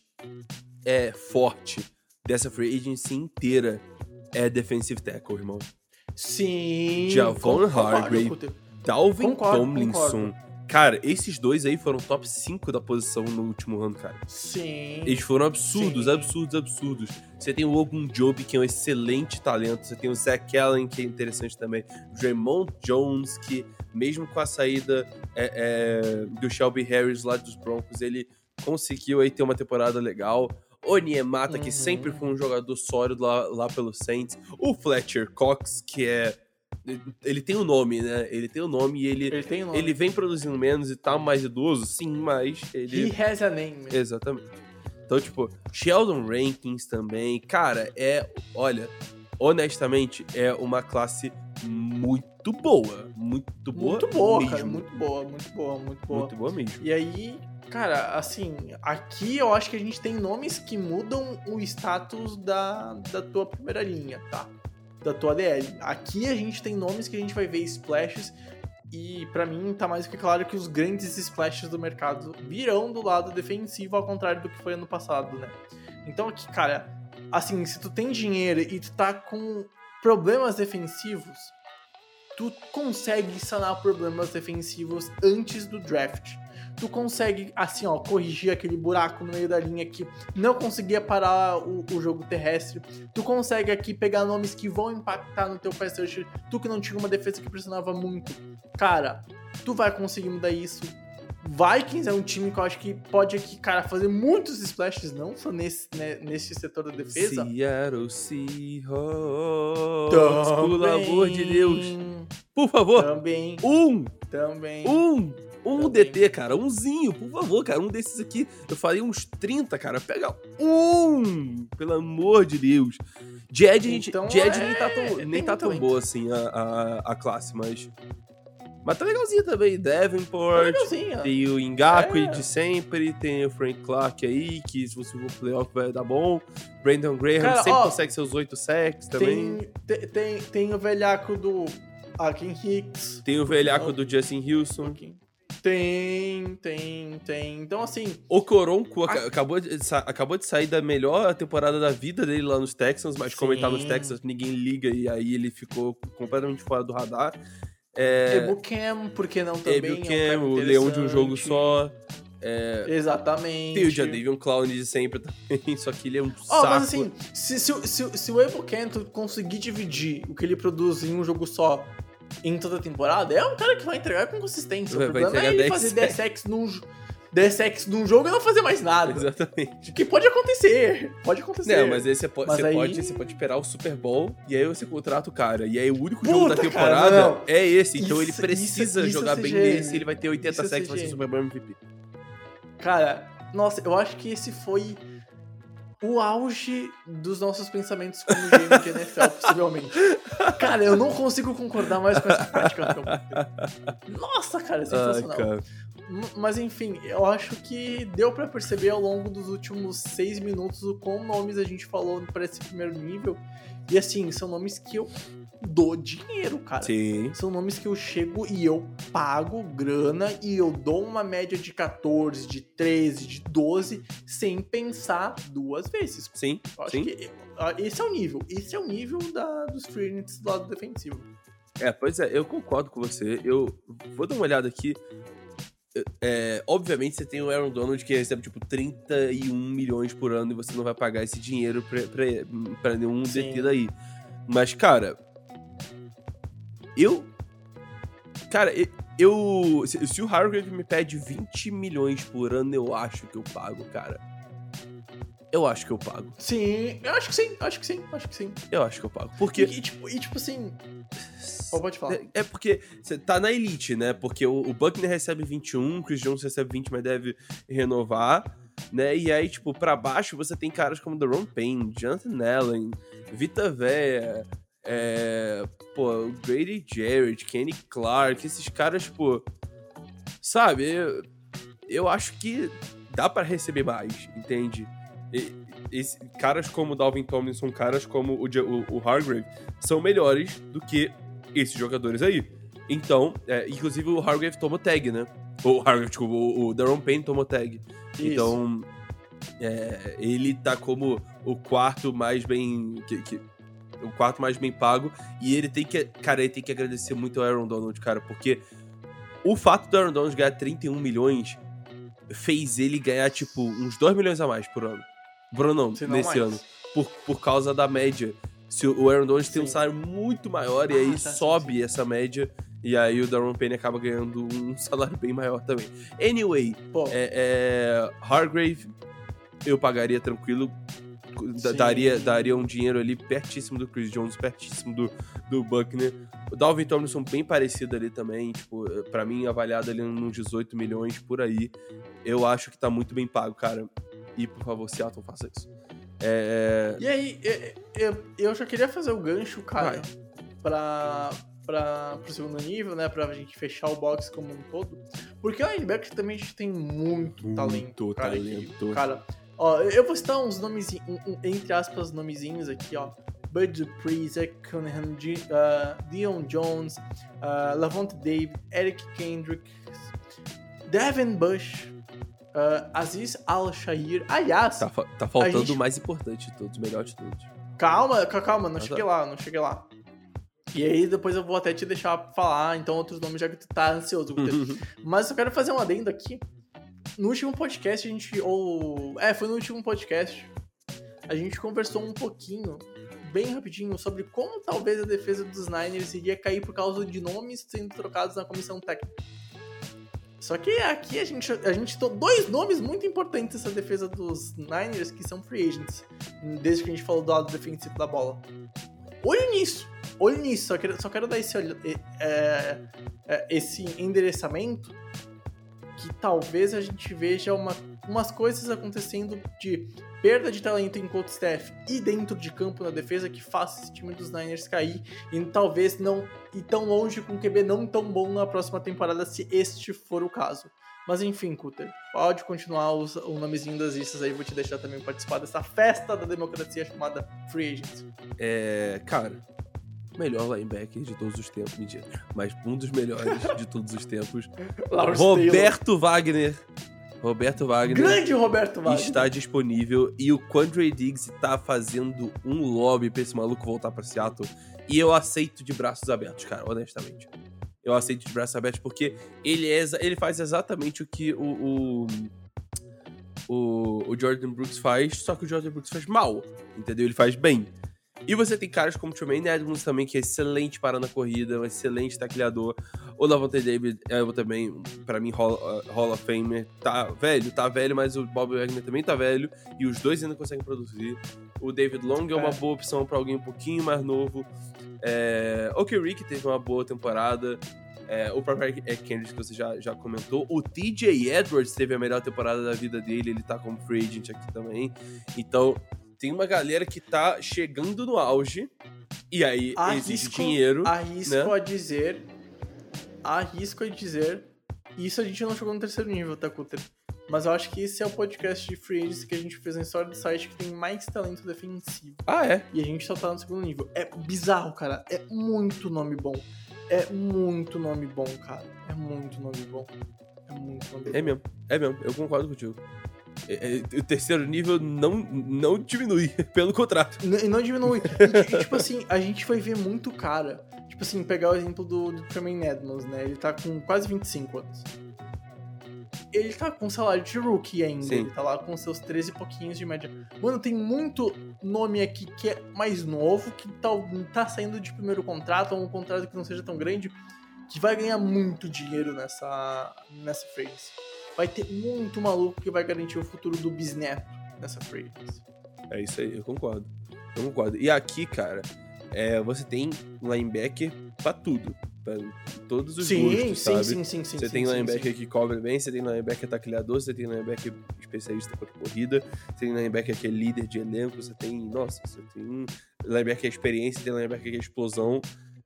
é, forte dessa free agency inteira é defensive tackle, irmão. Sim. Javon concordo, Hargrave, Cutter. Dalvin Concordo, Tomlinson. concordo. Cara, esses dois aí foram top cinco da posição no último ano, cara. Sim. Eles foram absurdos, Sim. absurdos, absurdos. Você tem o Ogun Jobe, que é um excelente talento. Você tem o Zach Allen, que é interessante também. O Draymond Jones, que mesmo com a saída é, é, do Shelby Harris lá dos Broncos, ele conseguiu aí ter uma temporada legal. O Niemata, Uhum. que sempre foi um jogador sólido lá, lá pelo Saints. O Fletcher Cox, que é... Ele tem um nome, né? Ele tem um nome e ele... Ele tem um nome. Ele vem produzindo menos e tá mais idoso, sim, mas ele... He has a name. Exatamente. Então, tipo, Sheldon Rankins também, cara, é... Olha, honestamente, é uma classe muito boa. Muito boa Muito boa, mesmo. cara. Muito boa, muito boa, muito boa. Muito boa mesmo. E aí, cara, assim, aqui eu acho que a gente tem nomes que mudam o status da, da tua primeira linha, tá? Da tua D L. Aqui a gente tem nomes que a gente vai ver splashes e pra mim tá mais do que claro que os grandes splashes do mercado virão do lado defensivo, ao contrário do que foi ano passado, né? Então aqui, cara, assim, se tu tem dinheiro e tu tá com problemas defensivos, tu consegue sanar problemas defensivos antes do draft. Tu consegue, assim, ó, corrigir aquele buraco no meio da linha que não conseguia parar o, o jogo terrestre. Tu consegue aqui pegar nomes que vão impactar no teu pass rush. Tu que não tinha uma defesa que pressionava muito. Cara, tu vai conseguir mudar isso. Vikings é um time que eu acho que pode aqui, cara, fazer muitos splashes, não só nesse, né, nesse setor da defesa. Seattle Seahawks, pelo amor de Deus. Por favor, Também, um, também. um, um Também. D T, cara, umzinho, por favor, cara, um desses aqui, eu falei uns trinta, cara, pega um, pelo amor de Deus. De Ed, a gente, Então, de Ed é, nem tá tão, tem nem tá muito tão talento. boa assim a, a, a classe, mas... Mas tá legalzinho também, Tá Davenport, legalzinho, ó. tem o Ngakoue É. de sempre, tem o Frank Clark aí, que se você for pro playoff vai dar bom. Brandon Graham Cara, sempre ó, consegue seus oito sacks também. Tem, tem, tem, tem o velhaco do Akin Hicks. Tem o velhaco do Justin Wilson. Tem, tem, tem. Então, assim, O Coronco A- aca- acabou, de, sa- acabou de sair da melhor temporada da vida dele lá nos Texans, mas como ele tá nos Sim. Texans, ninguém liga e aí ele ficou completamente fora do radar. É, Ebucam, por que não também? Ebucam, é um o cara Leão de um jogo interessante. só. É, Exatamente. tem o Jadavion Clown de sempre também, só que ele é um Ó, saco. mas assim, se, se, o- se, o- se o Ebucam conseguir dividir o que ele produz em um jogo só em toda a temporada, é um cara que vai entregar com consistência. Vai- o vai problema é entregar ele dez fazer dez sacks num, jo- dez sacks num jogo e não fazer mais nada. Exatamente. Que pode acontecer. Pode acontecer. Não, mas aí você pode, Mas você, aí- pode, você pode esperar o Super Bowl e aí você contrata o cara. E aí o único Puta, jogo da cara, temporada não. é esse. Então ele Isso- precisa isso- isso jogar é bem C G M. nesse. Ele vai ter oitenta Isso é sacks, vai ser C G M. Super Bowl M V P. Cara, nossa, eu acho que esse foi o auge dos nossos pensamentos como G M de N F L, possivelmente. Cara, eu não consigo concordar mais com essa prática. Então. Nossa, cara, é sensacional. Ai, cara. M- Mas enfim, eu acho que deu pra perceber ao longo dos últimos seis minutos o quão nomes a gente falou pra esse primeiro nível. E assim, são nomes que eu do dinheiro, cara. Sim. São nomes que eu chego e eu pago grana e eu dou uma média de catorze, de treze, de doze, sem pensar duas vezes. Sim, Eu acho sim. que esse é o nível. Esse é o nível da, dos free agents do lado defensivo. É, pois é, eu concordo com você. Eu vou dar uma olhada aqui. É, obviamente você tem o Aaron Donald que recebe tipo trinta e um milhões por ano e você não vai pagar esse dinheiro pra, pra, pra nenhum Sim. D T daí. Mas, cara, eu. Cara, eu. Se, se o Hargrave me pede vinte milhões por ano, eu acho que eu pago, cara. Eu acho que eu pago. Sim, eu acho que sim, acho que sim, acho que sim. Eu acho que eu pago. Porque. E, e, tipo, e tipo assim. Oh, pode falar. É, é porque você tá na elite, né? Porque o, o Buckner recebe vinte e um, o Chris Jones recebe vinte, mas deve renovar, né? E aí, tipo, pra baixo você tem caras como Daron Payne, Jonathan Allen, Vita Vea, é, pô, Grady Jarrett, Kenny Clark, esses caras, pô, sabe? Eu, eu acho que dá pra receber mais, entende? E, esse, caras como o Dalvin Tomlinson, caras como o, o, o Hargrave, são melhores do que esses jogadores aí. Então, é, inclusive o Hargrave tomou tag, né? O Hargrave, tipo, o, o Daron Payne tomou tag. Isso. Então, é, ele tá como o quarto mais bem... Que, que, o quarto mais bem pago. E ele tem que... Cara, ele tem que agradecer muito ao Aaron Donald, cara. Porque o fato do Aaron Donald ganhar trinta e um milhões fez ele ganhar, tipo, uns dois milhões a mais por ano. Bruno, não, Se não nesse mais. ano. Por, por causa da média. Se o Aaron Donald tem um Sim. salário muito maior e Ah, aí tá, sim, sobe sim. essa média e aí o Daron Payne acaba ganhando um salário bem maior também. Anyway, Pô, é, é, Hargrave eu pagaria tranquilo, da- Sim. daria, daria um dinheiro ali pertíssimo do Chris Jones, pertíssimo do, do Buckner. O Dalvin Tomlinson bem parecido ali também, tipo, pra mim avaliado ali nos dezoito milhões por aí. Eu acho que tá muito bem pago, cara. E por favor, Seattle, faça isso. É... e aí, eu, eu, eu já queria fazer o gancho, cara, Vai. pra, pra, pro segundo nível, né? Pra gente fechar o box como um todo. Porque o linebacker também a gente tem muito, Muito talento. Cara, talento. E, cara, ó, eu vou citar uns nomes, um, um, entre aspas, nomezinhos aqui, ó. Bud Dupree, Zach Cunningham, G, uh, Dion Jones, uh, Lavonte David, Eric Kendricks, Devin Bush, uh, Aziz Al-Shaair. Aliás, Tá, fa- tá faltando gente- o mais importante de todos, o melhor de todos. calma, ca- calma, não Ah, cheguei tá. lá, não cheguei lá. E aí depois eu vou até te deixar falar, então, outros nomes, já que tu tá ansioso. Guter. Mas eu quero fazer um adendo aqui. No último podcast a gente, ou... É, foi no último podcast. A gente conversou um pouquinho, bem rapidinho, sobre como talvez a defesa dos Niners iria cair por causa de nomes sendo trocados na comissão técnica. Só que aqui a gente, a gente tem dois nomes muito importantes nessa defesa dos Niners que são free agents, desde que a gente falou do lado defensivo da bola. Olho nisso, olho nisso, só quero, só quero dar esse, olho- é, é, esse endereçamento que talvez a gente veja uma, umas coisas acontecendo de perda de talento em coach staff e dentro de campo na defesa que faça esse time dos Niners cair e talvez não ir tão longe com um Q B não tão bom na próxima temporada, se este for o caso. Mas enfim, Cutter, pode continuar os, o nomezinho das listas aí, vou te deixar também participar dessa festa da democracia chamada Free Agents. É, cara, melhor linebacker de todos os tempos, mentira, mas um dos melhores de todos os tempos. Lawrence Roberto Wagner. Roberto Wagner Taylor. Grande Roberto Wagner. está disponível e o Quandre Diggs tá fazendo um lobby pra esse maluco voltar pra Seattle. E eu aceito de braços abertos, cara, honestamente. Eu aceito de braços abertos porque ele, é, exa- ele faz exatamente o que o, o, o, o Jordan Brooks faz, só que o Jordan Brooks faz mal, entendeu? Ele faz bem. E você tem caras como o Tremaine Edmonds também, que é excelente parando a corrida, um excelente tacleador. O Lavonte David é também, pra mim, Hall, uh, Hall of Famer. Tá velho, tá velho, mas o Bob Wagner também tá velho. E os dois ainda conseguem produzir. O David Long é uma É. boa opção pra alguém um pouquinho mais novo. É, o Kerry, que teve uma boa temporada. É, o próprio Eric Kendricks, que você já, já comentou. O T J Edwards teve a melhor temporada da vida dele. Ele tá como free agent aqui também. Então, tem uma galera que tá chegando no auge. E aí, exige Arrisco, dinheiro. arrisco né? a dizer, arrisco a dizer, isso a gente não chegou no terceiro nível, tá, Cutter? Mas eu acho que esse é o podcast de free agency que a gente fez na história do site que tem mais talento defensivo. Ah, é? E a gente só tá no segundo nível. É bizarro, cara. É muito nome bom. É muito nome bom, cara. É muito nome bom. É muito nome bom. É mesmo, é mesmo. Eu concordo contigo. É, é, o terceiro nível não, não diminui, pelo contrário. E não diminui. E, e, tipo assim, a gente vai ver muito cara. Tipo assim, pegar o exemplo do, do Tremaine Edmonds, né? Ele tá com quase vinte e cinco anos. Ele tá com salário de rookie ainda. Sim. Ele tá lá com seus treze e pouquinhos de média. Mano, tem muito nome aqui que é mais novo, que tá, tá saindo de primeiro contrato, ou um contrato que não seja tão grande, que vai ganhar muito dinheiro nessa, nessa free agency. Vai ter muito maluco que vai garantir o futuro do bisneto nessa free agency. É isso aí, eu concordo. Eu concordo. E aqui, cara, é, você tem linebacker pra tudo. Pra todos os sim, gostos, sim, sabe? sim, sim, sim. Você sim, tem sim, linebacker sim. que cobre bem, você tem linebacker tacleador, você tem linebacker especialista contra corrida, você tem linebacker que é líder de elenco, você tem, nossa, você tem linebacker que é experiência, tem linebacker que é explosão.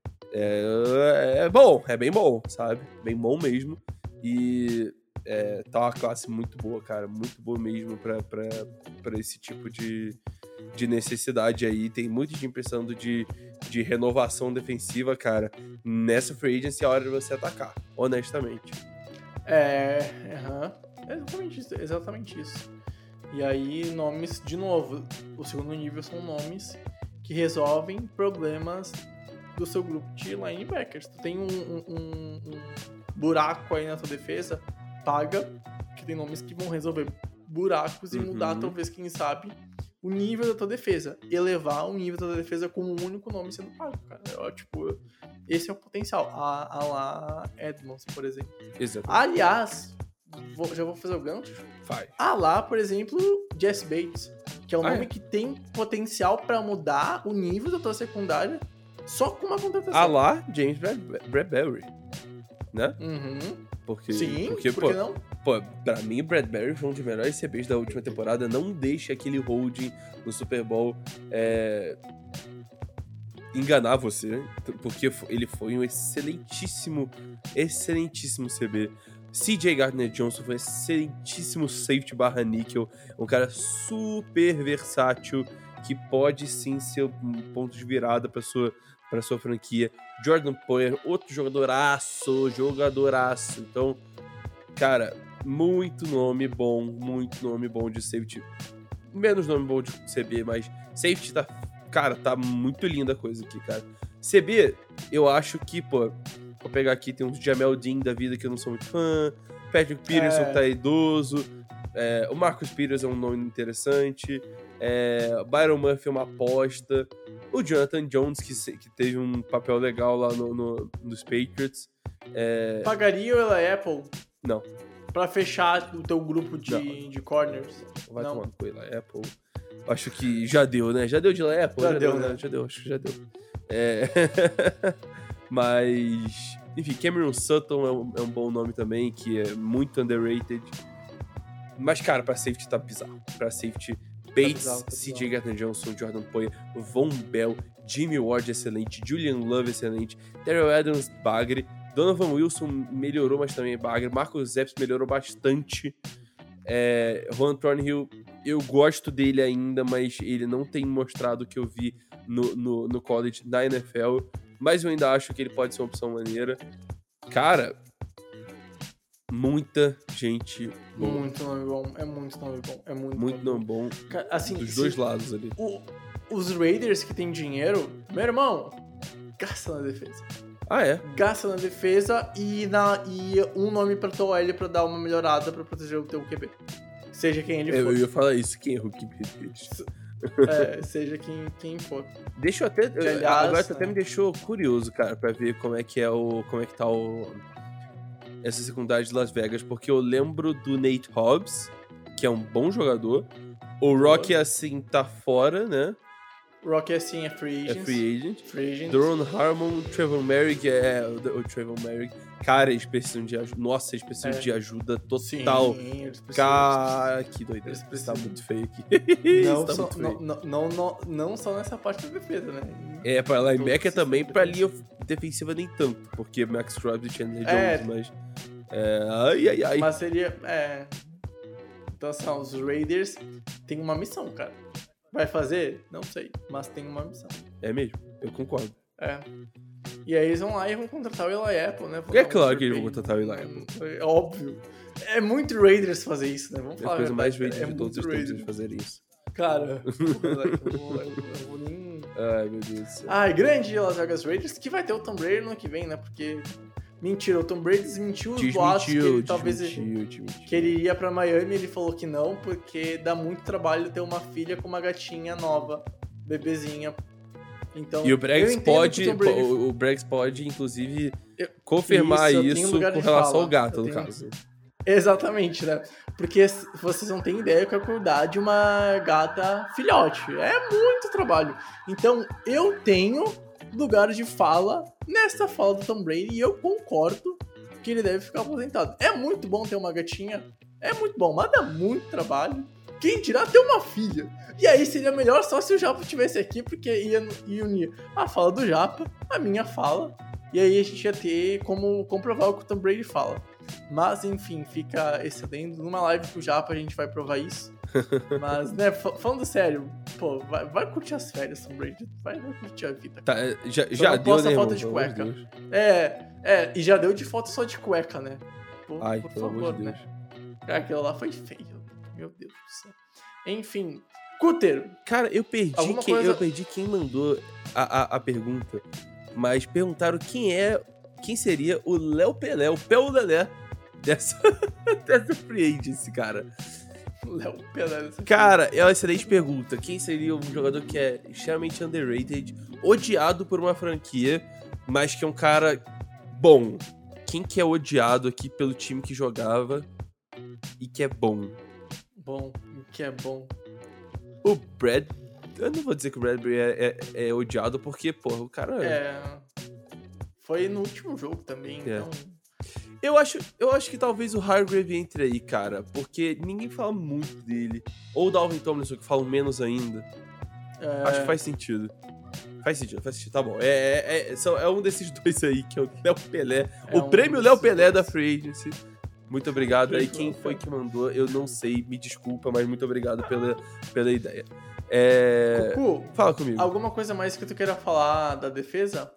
É, é bom, é bem bom, sabe? Bem bom mesmo. E é, tá uma classe muito boa, cara, muito boa mesmo pra, pra, pra esse tipo de, de necessidade aí. Tem muito time precisando de, de renovação defensiva, cara. Nessa free agency é a hora de você atacar, honestamente. É, aham. É exatamente isso, exatamente isso. E aí, nomes, de novo, o segundo nível são nomes que resolvem problemas do seu grupo de linebackers. Tu tem um, um, um, um buraco aí na tua defesa, paga, que tem nomes que vão resolver buracos e Uhum. mudar, talvez, quem sabe, o nível da tua defesa. Elevar o nível da tua defesa com um único nome sendo pago, cara. Eu, tipo, esse é o potencial. A, a lá Edmonds, por exemplo. Exato. Aliás, vou- já vou fazer o gancho. Vai. Ah lá, por exemplo, Jesse Bates, que é um Ah, nome é? que tem potencial pra mudar o nível da tua secundária só com uma contratação. Ah lá, James Brad- Bradbury, né? Uhum. Porque, Sim, porque por pô, que não? pô, pra mim, o Bradbury foi um dos melhores C Bs da última temporada. Não deixe aquele holding no Super Bowl é, enganar você, porque ele foi um excelentíssimo, excelentíssimo C B. C J Gardner-Johnson foi um excelentíssimo safety barra níquel, um cara super versátil, que pode sim ser um ponto de virada pra sua, pra sua franquia. Jordan Poyer, outro jogadoraço, jogadoraço. Então, cara, muito nome bom, muito nome bom de safety. Menos nome bom de C B, mas safety tá, cara, tá muito linda a coisa aqui, cara. C B, eu acho que, pô, vou pegar aqui, tem uns Jamel Dean da vida que eu não sou muito fã, Patrick Peterson É. que tá idoso, é, o Marcus Peters é um nome interessante, é, Byron Murphy é uma aposta, o Jonathan Jones, que, se- que teve um papel legal lá no, no- nos Patriots. É, Pagaria o Eli Apple não, pra fechar o teu grupo de, Não. de corners? vai Não. tomando com ele, Apple. Acho que já deu, né? Já deu de lá, Apple? Já deu, né? Já deu, acho que já deu. É... Mas, enfim, Cameron Sutton é um, é um bom nome também, que é muito underrated. Mas, cara, pra safety tá bizarro. Pra safety, Bates, bizarro, tá C J bizarro. Gardner-Johnson, Jordan Poyer, Von Bell, Jimmy Ward excelente, Julian Love excelente, Terrell Adams bagre, Donovan Wilson melhorou, mas também é bagre, Marcus Epps melhorou bastante. É, Juan Thornhill, eu gosto dele ainda, mas ele não tem mostrado o que eu vi no, no, no college, na N F L. Mas eu ainda acho que ele pode ser uma opção maneira. Cara, muita gente boa. Muito nome bom, é muito nome bom, é muito, Muito nome bom Ca- Assim, dos se- dois lados ali. o- os Raiders que tem dinheiro, meu irmão, gasta na defesa. Ah, é? Gasta na defesa e, na, e um nome pra tua O L pra dar uma melhorada pra proteger o teu Q B. Seja quem ele Eu, for. eu ia falar isso. Quem é o Rookie Pitch? É, seja quem, quem for. Deixa eu até. aliás, agora tu até né? me deixou curioso, cara, pra ver como é que é o. Como é que tá o. Essa secundária de Las Vegas, porque eu lembro do Nate Hobbs, que é um bom jogador. O Rocky, assim, tá fora, né? Rocky assim é free É agent. free agent. Free agent. Duron Harmon, Trevor Merrick, é. O, o Trevor Merrick. Cara, eles precisam de ajuda. Nossa, eles precisam É. de ajuda Sim, total. eles precisam- Cara, que doideira. Eles Isso precisam. tá muito feio aqui. Não, Isso tá só, muito não, feio. não, não, não, não só nessa parte da defesa, né? É, pra linebacker Todos também, esses pra linha defensiva nem tanto, porque Max Crosby e Chandler É. Jones, mas... É, ai, ai, ai. Mas seria. É. Então, assim, ó, os Raiders têm uma missão, cara. Vai fazer? Não sei, mas tem uma missão. É mesmo, eu concordo. É. E aí eles vão lá e vão contratar o Eli Apple, né? É claro que eles vão contratar o Eli Apple. É óbvio. É muito Raiders fazer isso, né? Vamos É falar a coisa a mais verdade, Raiders é de todos os muito tempos Raiders. eles fazerem isso. Cara, eu vou, eu vou nem... Ai, meu Deus do céu. Ai, grande Las Vegas Raiders, que vai ter o Tom Brady no ano que vem, né? Porque... Mentira, o Tom Brady desmentiu os boatos que ele talvez... desmentiu, desmentiu. Que ele iria pra Miami, ele falou que não, porque dá muito trabalho ter uma filha com uma gatinha nova, bebezinha. Então, E o eu Bregs entendo pode, que o Tom Brady- o, o Bregs pode, inclusive, Eu- confirmar Isso, eu tenho isso lugar com de relação fala. ao gato, Eu no tenho- caso. Exatamente, né? Porque vocês não têm ideia do que é cuidar de uma gata filhote. É muito trabalho. Então, eu tenho lugar de fala nesta fala do Tom Brady e eu concordo que ele deve ficar aposentado. É muito bom ter uma gatinha. É muito bom, mas dá muito trabalho. Quem dirá ter uma filha? E aí seria melhor só se o Japa estivesse aqui, porque ia, ia unir a fala do Japa, a minha fala, e aí a gente ia ter como comprovar o que o Tom Brady fala. Mas, enfim, fica excedendo. Numa live com o Japa a gente vai provar isso. Mas, né, fa- falando sério, pô, vai, vai curtir as férias, Tom Brady. Vai, vai curtir a vida. Tá, é, já, Só já não deu, posta né, foto irmão? de Pelo amor cueca. Deus. É, é, e já deu de foto só de cueca, né? Pô, Ai, por pelo favor, amor de né? Deus. Cara, aquilo lá foi feio. Meu Deus do céu. Enfim, Cutter, Cara, eu perdi, Alguma quem, coisa- eu perdi quem mandou a, a, a pergunta, mas perguntaram quem é, quem seria o Léo Pelé, o Pel Lelé dessa, dessa free agency, cara. Léo Pelé. dessa Cara, é uma excelente pergunta. Quem seria um jogador que é extremamente underrated, odiado por uma franquia, mas que é um cara bom? Quem que é odiado aqui pelo time que jogava e que é bom? Bom, que é bom. O Brad... Eu não vou dizer que o Bradbury é, é, é odiado, porque, porra, o cara... É. Foi no último jogo também, É. então. Eu acho, eu acho que talvez o Hargrave entre aí, cara, porque ninguém fala muito dele. Ou o Dalvin Tomlinson, que falam menos ainda. É, Acho que faz sentido. Faz sentido, faz sentido. Tá bom. É, é, é, são- é um desses dois aí, que é o Léo Pelé. É o um prêmio desses Léo Pelé dois. da Free Agency. Muito obrigado. Aí Prêmio quem Léo foi Pelé. que mandou, eu não sei, me desculpa, mas muito obrigado pela, pela ideia. É... Cucu, Fala comigo. alguma coisa mais que tu queira falar da defesa?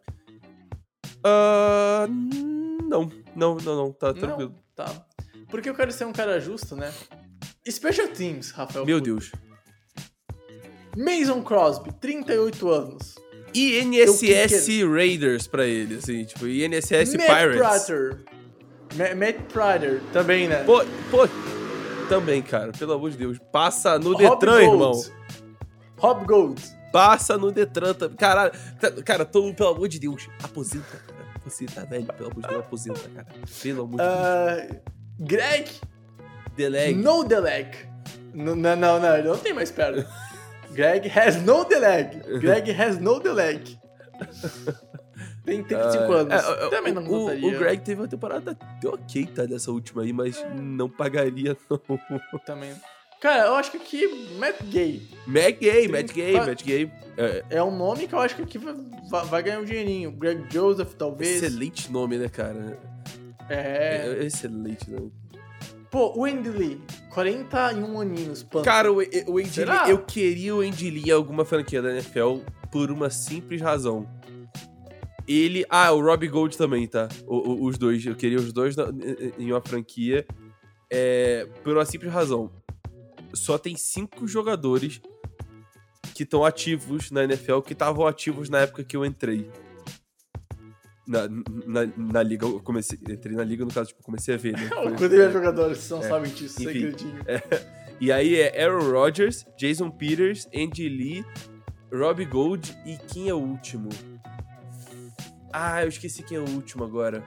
Ah, não, não, não, não, tá tranquilo. Não, tá. Porque eu quero ser um cara justo, né? Special Teams, Rafael. Meu Cutter. Deus. Mason Crosby, trinta e oito anos. I N S S Raiders pra ele, assim, tipo, I N S S Matt Pirates. Prater. Ma- Matt Prater, também, né? Pô, pô, também, cara, pelo amor de Deus. Passa no Rob Detran, Gold. irmão. Rob Gold. Passa no Detran. tam- Caralho, tá- cara, todo mundo, pelo amor de Deus, aposenta, cara. Você tá velho, pelo amor de Deus, aposenta, cara. Pelo amor de Deus. Ah, Greg Deleg. No Deleg. N- Não, não, não, ele não tem mais perna. Greg has no Deleg. Greg has no Deleg. Tem trinta e cinco anos. É, é, Também não o, gostaria. o Greg teve uma temporada deu ok, tá, dessa última aí, mas não pagaria, não. Também. Cara, eu acho que aqui Matt Gay Matt Gay, Tem- Matt Gay, fa- Matt Gay. É, é um nome que eu acho que aqui vai, vai- vai ganhar um dinheirinho. Greg Joseph, talvez. excelente nome, né, cara? É. É, excelente nome. Pô, o Andy Lee, quarenta e um aninhos, pano. Cara, o, o Andy Será? Lee, eu queria o Andy Lee em alguma franquia da N F L por uma simples razão. Ele... Ah, o Robbie Gold também, tá? O- o- os dois. Eu queria os dois na- em uma franquia é, por uma simples razão. Só tem cinco jogadores que estão ativos na N F L que estavam ativos na época que eu entrei. Na, na, na liga, eu comecei... Entrei na liga, no caso, tipo, comecei a ver, né? Foi- Quando ele é jogador, vocês não É, sabem disso, enfim. segredinho. E aí é Aaron Rodgers, Jason Peters, Andy Lee, Robbie Gold e quem é o último? Ah, eu esqueci quem é o último agora.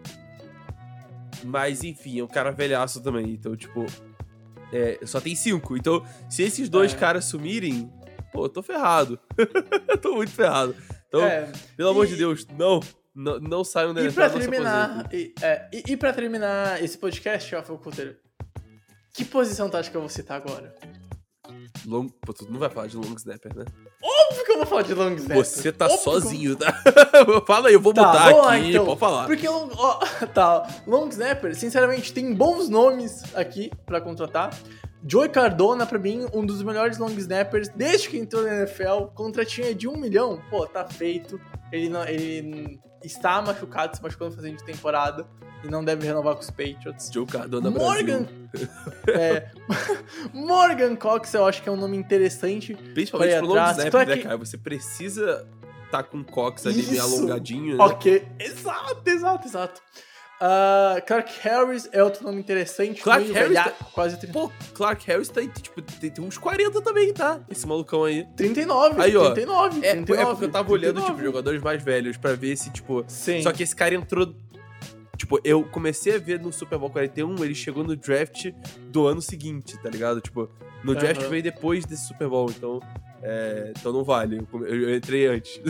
Mas enfim, é um cara velhaço também, então tipo... É, só tem cinco, então se esses dois É. caras sumirem, pô, eu tô ferrado. Eu tô muito ferrado. Então, É, pelo amor e- de Deus, não, não, não saiam da E N F pra L, não se terminar, aposentem. e, é, e, e pra terminar esse podcast, Rafael Cutter, que posição tu acha que eu vou citar agora? Long... Pô, tu não vai falar de long snapper, né? Óbvio que eu vou falar de long snapper. Você tá Óbvio que eu- sozinho, tá? Fala aí, eu vou Tá, botar vamos lá, aqui, então. pode falar. Porque, long, ó, tá, long snapper, sinceramente, tem bons nomes aqui pra contratar, Joey Cardona, pra mim, um dos melhores long snappers desde que entrou na N F L. Contratinho é de um milhão. Pô, tá feito. Ele, não, ele está machucado, se machucou no fazendo de temporada e não deve renovar com os Patriots. Joe Cardona Morgan, Brasil. é, Morgan Cox eu acho que é um nome interessante. Principalmente pro long atrás. snap, Claro né, que- cara? Você precisa tá com o Cox ali meio Isso. alongadinho, né? Ok, exato, exato, exato. Uh, Clark Harris é outro nome interessante. Clark meio Harris velhaco, quase trinta, Pô, Clark Harris tá, tipo, tem, tem uns quarenta também, tá? Esse malucão aí. trinta e nove, Aí, ó, trinta e nove, É, trinta e nove, é porque eu tava olhando, trinta e tipo, nove. jogadores mais velhos pra ver se, tipo... Sim. Só que esse cara entrou... Tipo, eu comecei a ver no Super Bowl quarenta e um, ele chegou no draft do ano seguinte, tá ligado? Tipo, no draft Aham. que veio depois desse Super Bowl, então... É, então não vale, eu, come- eu entrei antes.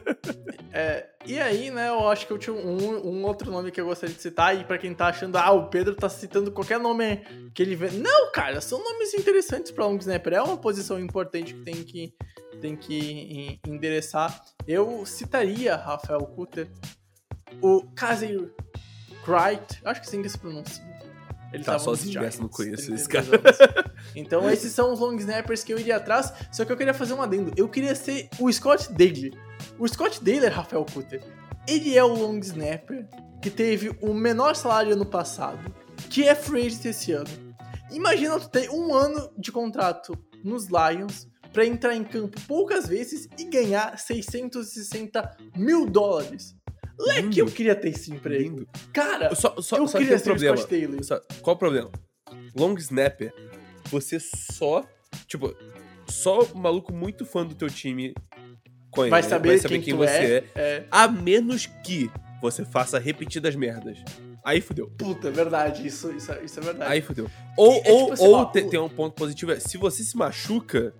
É, e aí, né, eu acho que eu tinha um, um outro nome que eu gostaria de citar, e pra quem tá achando, ah, o Pedro tá citando qualquer nome que ele vê. Não, cara, são nomes interessantes pra long snapper, é uma posição importante que tem que, tem que en- endereçar. Eu citaria, Rafael Cutter, o Kazir Wright, acho que sim que se pronuncia. Ele Tá tava nos sozinho, Giants, essa, não conheço trinta e esse dois cara. anos. Então esses são os long snappers que eu iria atrás, só que eu queria fazer um adendo. Eu queria ser o Scott Daly. O Scott Daly, Rafael Cutter, ele é o long snapper que teve o menor salário ano passado, que é free agent esse ano. Imagina tu ter um ano de contrato nos Lions pra entrar em campo poucas vezes e ganhar seiscentos e sessenta mil dólares. Leque, Lindo. eu queria ter esse emprego. Lindo. Cara, Só, só, eu só que queria tem um ser o problema. Scott Daly. Só- qual o problema? Long snapper, você só... Tipo, só o maluco muito fã do teu time conhece. Vai saber, vai saber quem, quem, tu você é. é. é. A menos que você faça repetidas merdas. Aí fudeu. Puta, é verdade, isso, isso, é- isso é verdade. Aí fudeu. Ou, É ou, tipo assim, ou ó, te- o- tem um ponto positivo, é, se você se machuca,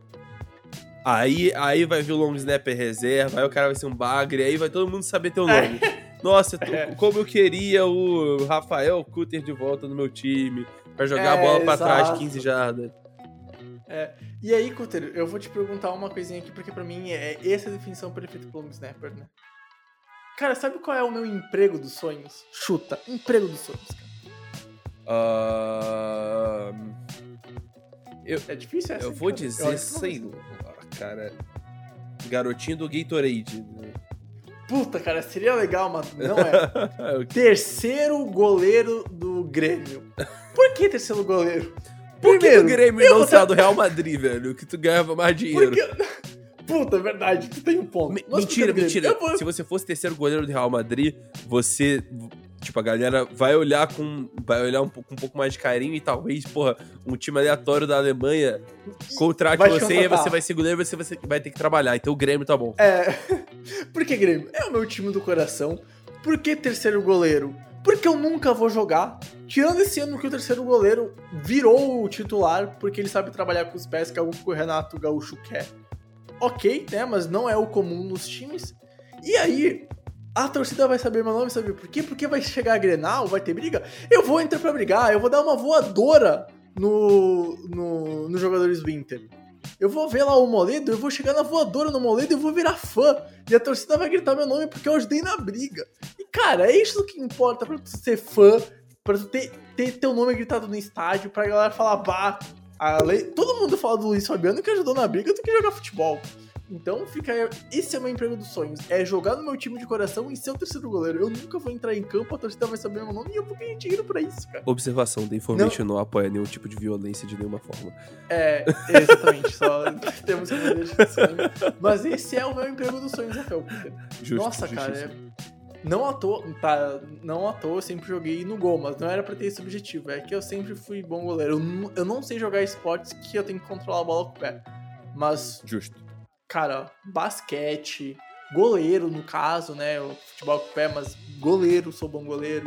aí, aí vai vir o long snapper reserva, aí o cara vai ser um bagre, aí vai todo mundo saber teu nome. Nossa, tu- É. como eu queria o Rafael Cutter de volta no meu time, pra jogar a É, bola pra trás, exato. quinze jardas. E aí, Cutter, eu vou te perguntar uma coisinha aqui, porque pra mim é essa a definição perfeita pro long snapper, né? Cara, sabe qual é o meu emprego dos sonhos? Chuta, emprego dos sonhos, cara. Ahn, É difícil essa? eu vou cara? Eu dizer, acho que não sei vai lá, cara. Garotinho do Gatorade. ser. Puta, cara, seria legal, mas não é. O Terceiro goleiro do Grêmio. Por que terceiro goleiro? Por que o Grêmio eu não vou saiu dar- do Real Madrid, velho? Que tu ganhava mais dinheiro. Porque... Puta, é verdade, tu tem um ponto. Me- Mas por que mentira, o Grêmio? mentira. Eu vou- Se você fosse terceiro goleiro do Real Madrid, você. Tipo, a galera vai olhar com. Vai olhar um pouco, com um pouco mais de carinho e talvez, porra, um time aleatório da Alemanha contrate Vai te você e aí contratar. você vai ser goleiro e você vai, ser- vai ter que trabalhar. Então o Grêmio tá bom. É. Por que Grêmio? É o meu time do coração. Por que terceiro goleiro? Porque eu nunca vou jogar. Tirando esse ano que o terceiro goleiro virou o titular, porque ele sabe trabalhar com os pés, que é algo que o Renato Gaúcho quer. Ok, né? Mas não é o comum nos times. E aí, a torcida vai saber meu nome, sabe por quê? Porque vai chegar a Grenal, vai ter briga. Eu vou entrar pra brigar, eu vou dar uma voadora no, no, nos jogadores do Inter. Eu vou ver lá o Moledo, eu vou chegar na voadora no Moledo e eu vou virar fã. E a torcida vai gritar meu nome porque eu ajudei na briga. E, cara, é isso que importa pra tu ser fã, pra tu ter, ter teu nome gritado no estádio, pra galera falar, bah, a lei... todo mundo fala do Luiz Fabiano que ajudou na briga do que jogar futebol. Então, fica aí. Esse é o meu emprego dos sonhos. É jogar no meu time de coração e ser o terceiro goleiro. Eu nunca vou entrar em campo, a torcida vai saber meu nome e eu vou ganhar dinheiro pra isso, cara. Observação: The Information não. não apoia nenhum tipo de violência de nenhuma forma. É, exatamente. Só temos que fazer esse disclaimer. Mas esse é o meu emprego dos sonhos, Rafael. Justo, Nossa, cara, justíssimo. é... não à toa, tá, não à toa eu sempre joguei no gol, mas não era pra ter esse objetivo. É que eu sempre fui bom goleiro. Eu não, eu não sei jogar esportes que eu tenho que controlar a bola com o pé. Mas, Justo. cara, basquete, goleiro no caso, né? O futebol com o pé, mas goleiro, sou bom goleiro.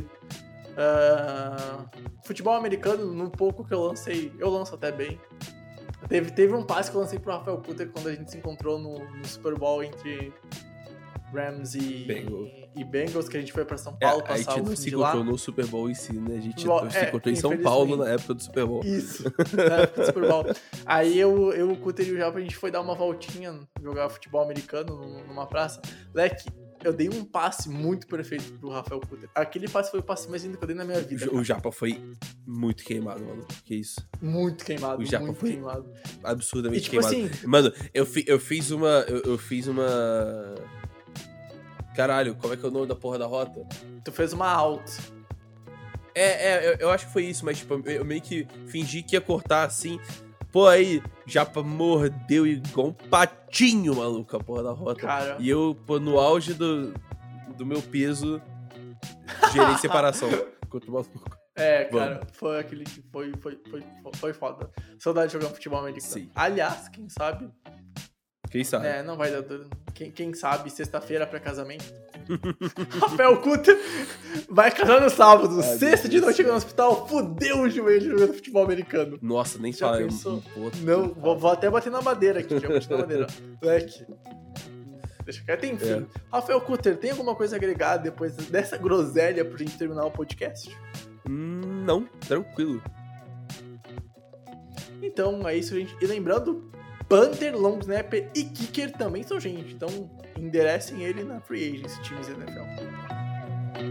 Uh, futebol americano, no pouco que eu lancei, eu lanço até bem. Teve, teve um passe que eu lancei pro Rafael Cutter quando a gente se encontrou no, no Super Bowl entre Rams e Bengals. e Bengals, que a gente foi pra São É, Paulo a passar gente o não fim se de lá. encontrou no Super Bowl em si, né? A gente Bom, se é, encontrou em São infelizmente. Paulo na época do Super Bowl. Isso, na época do Super Bowl. Aí eu, eu o Cutter e o Japa, a gente foi dar uma voltinha, jogar futebol americano numa praça. Leque, eu dei um passe muito perfeito pro Rafael Cutter. Aquele passe foi o passe mais lindo que eu dei na minha vida. O Japa foi muito queimado, mano. Que isso? Muito queimado, O Japa muito foi queimado. absurdamente E, tipo queimado. assim- Mano, eu, fi, eu fiz uma... Eu, eu fiz uma... Caralho, como é que é o nome da porra da rota? Tu fez uma out. É, é, eu, eu acho que foi isso, mas tipo, eu, eu meio que fingi que ia cortar assim. Pô, aí, Japa mordeu igual um patinho, maluco, a porra da rota. Cara. E eu, pô, no auge do, do meu peso, gerei separação. Enquanto o maluco. É, cara, Vamos. foi aquele que foi, foi, foi, foi foda. Saudade de jogar futebol americano. Sim. Aliás, quem sabe, Quem sabe? é, não vai dar duro. Quem, quem sabe, sexta-feira pra casamento. Rafael Cutter vai casar no sábado. Ai, Sexta de meu noite Deus. chega no hospital, fudeu o joelho jogando futebol americano. Nossa, nem Já fala. pensou? um pouco. Não, vou, vou até bater na madeira aqui. Já bati na madeira. Moleque. Deixa quieto, enfim. É. Rafael Cutter, tem alguma coisa a agregar depois dessa groselha pra gente terminar o podcast? Hum, não, tranquilo. Então é isso, gente. E lembrando, Panther, Long Snapper e Kicker também são gente. Então enderecem ele na Free Agency, times N F L.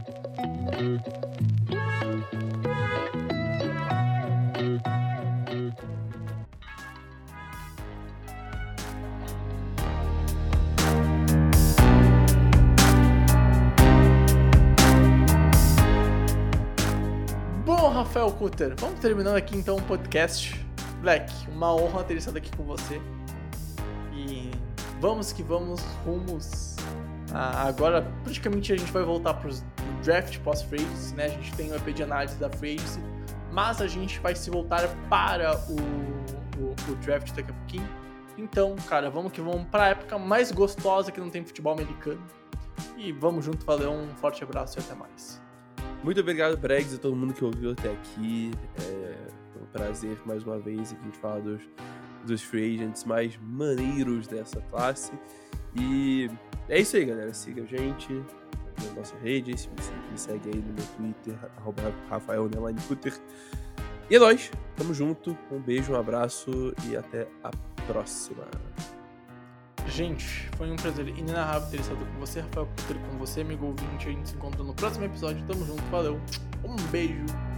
Bom, Rafael Cutter, vamos terminando aqui então o podcast. Black, uma honra ter estado aqui com você. E vamos que vamos rumos. a- agora, praticamente a gente vai voltar pro draft pós-free agency, né? A gente tem o E P de análise da free agency, mas a gente vai se voltar para o, o, o draft daqui a pouquinho. Então, cara, vamos que vamos para a época mais gostosa que não tem futebol americano. E vamos junto, valeu, um forte abraço e até mais. Muito obrigado, Bregs, a todo mundo que ouviu até aqui. É foi um prazer, mais uma vez, aqui a gente falar dos, dos free agents mais maneiros dessa classe. E é isso aí, galera. Siga a gente nas nossas redes. Me segue aí no meu Twitter, arroba Rafael underline Cutter. E é nóis. Tamo junto. Um beijo, um abraço e até a próxima. Gente, foi um prazer inenarrável ter estado com você, Rafael Cutter, com você, amigo ouvinte. A gente se encontra no próximo episódio. Tamo junto, valeu. Um beijo.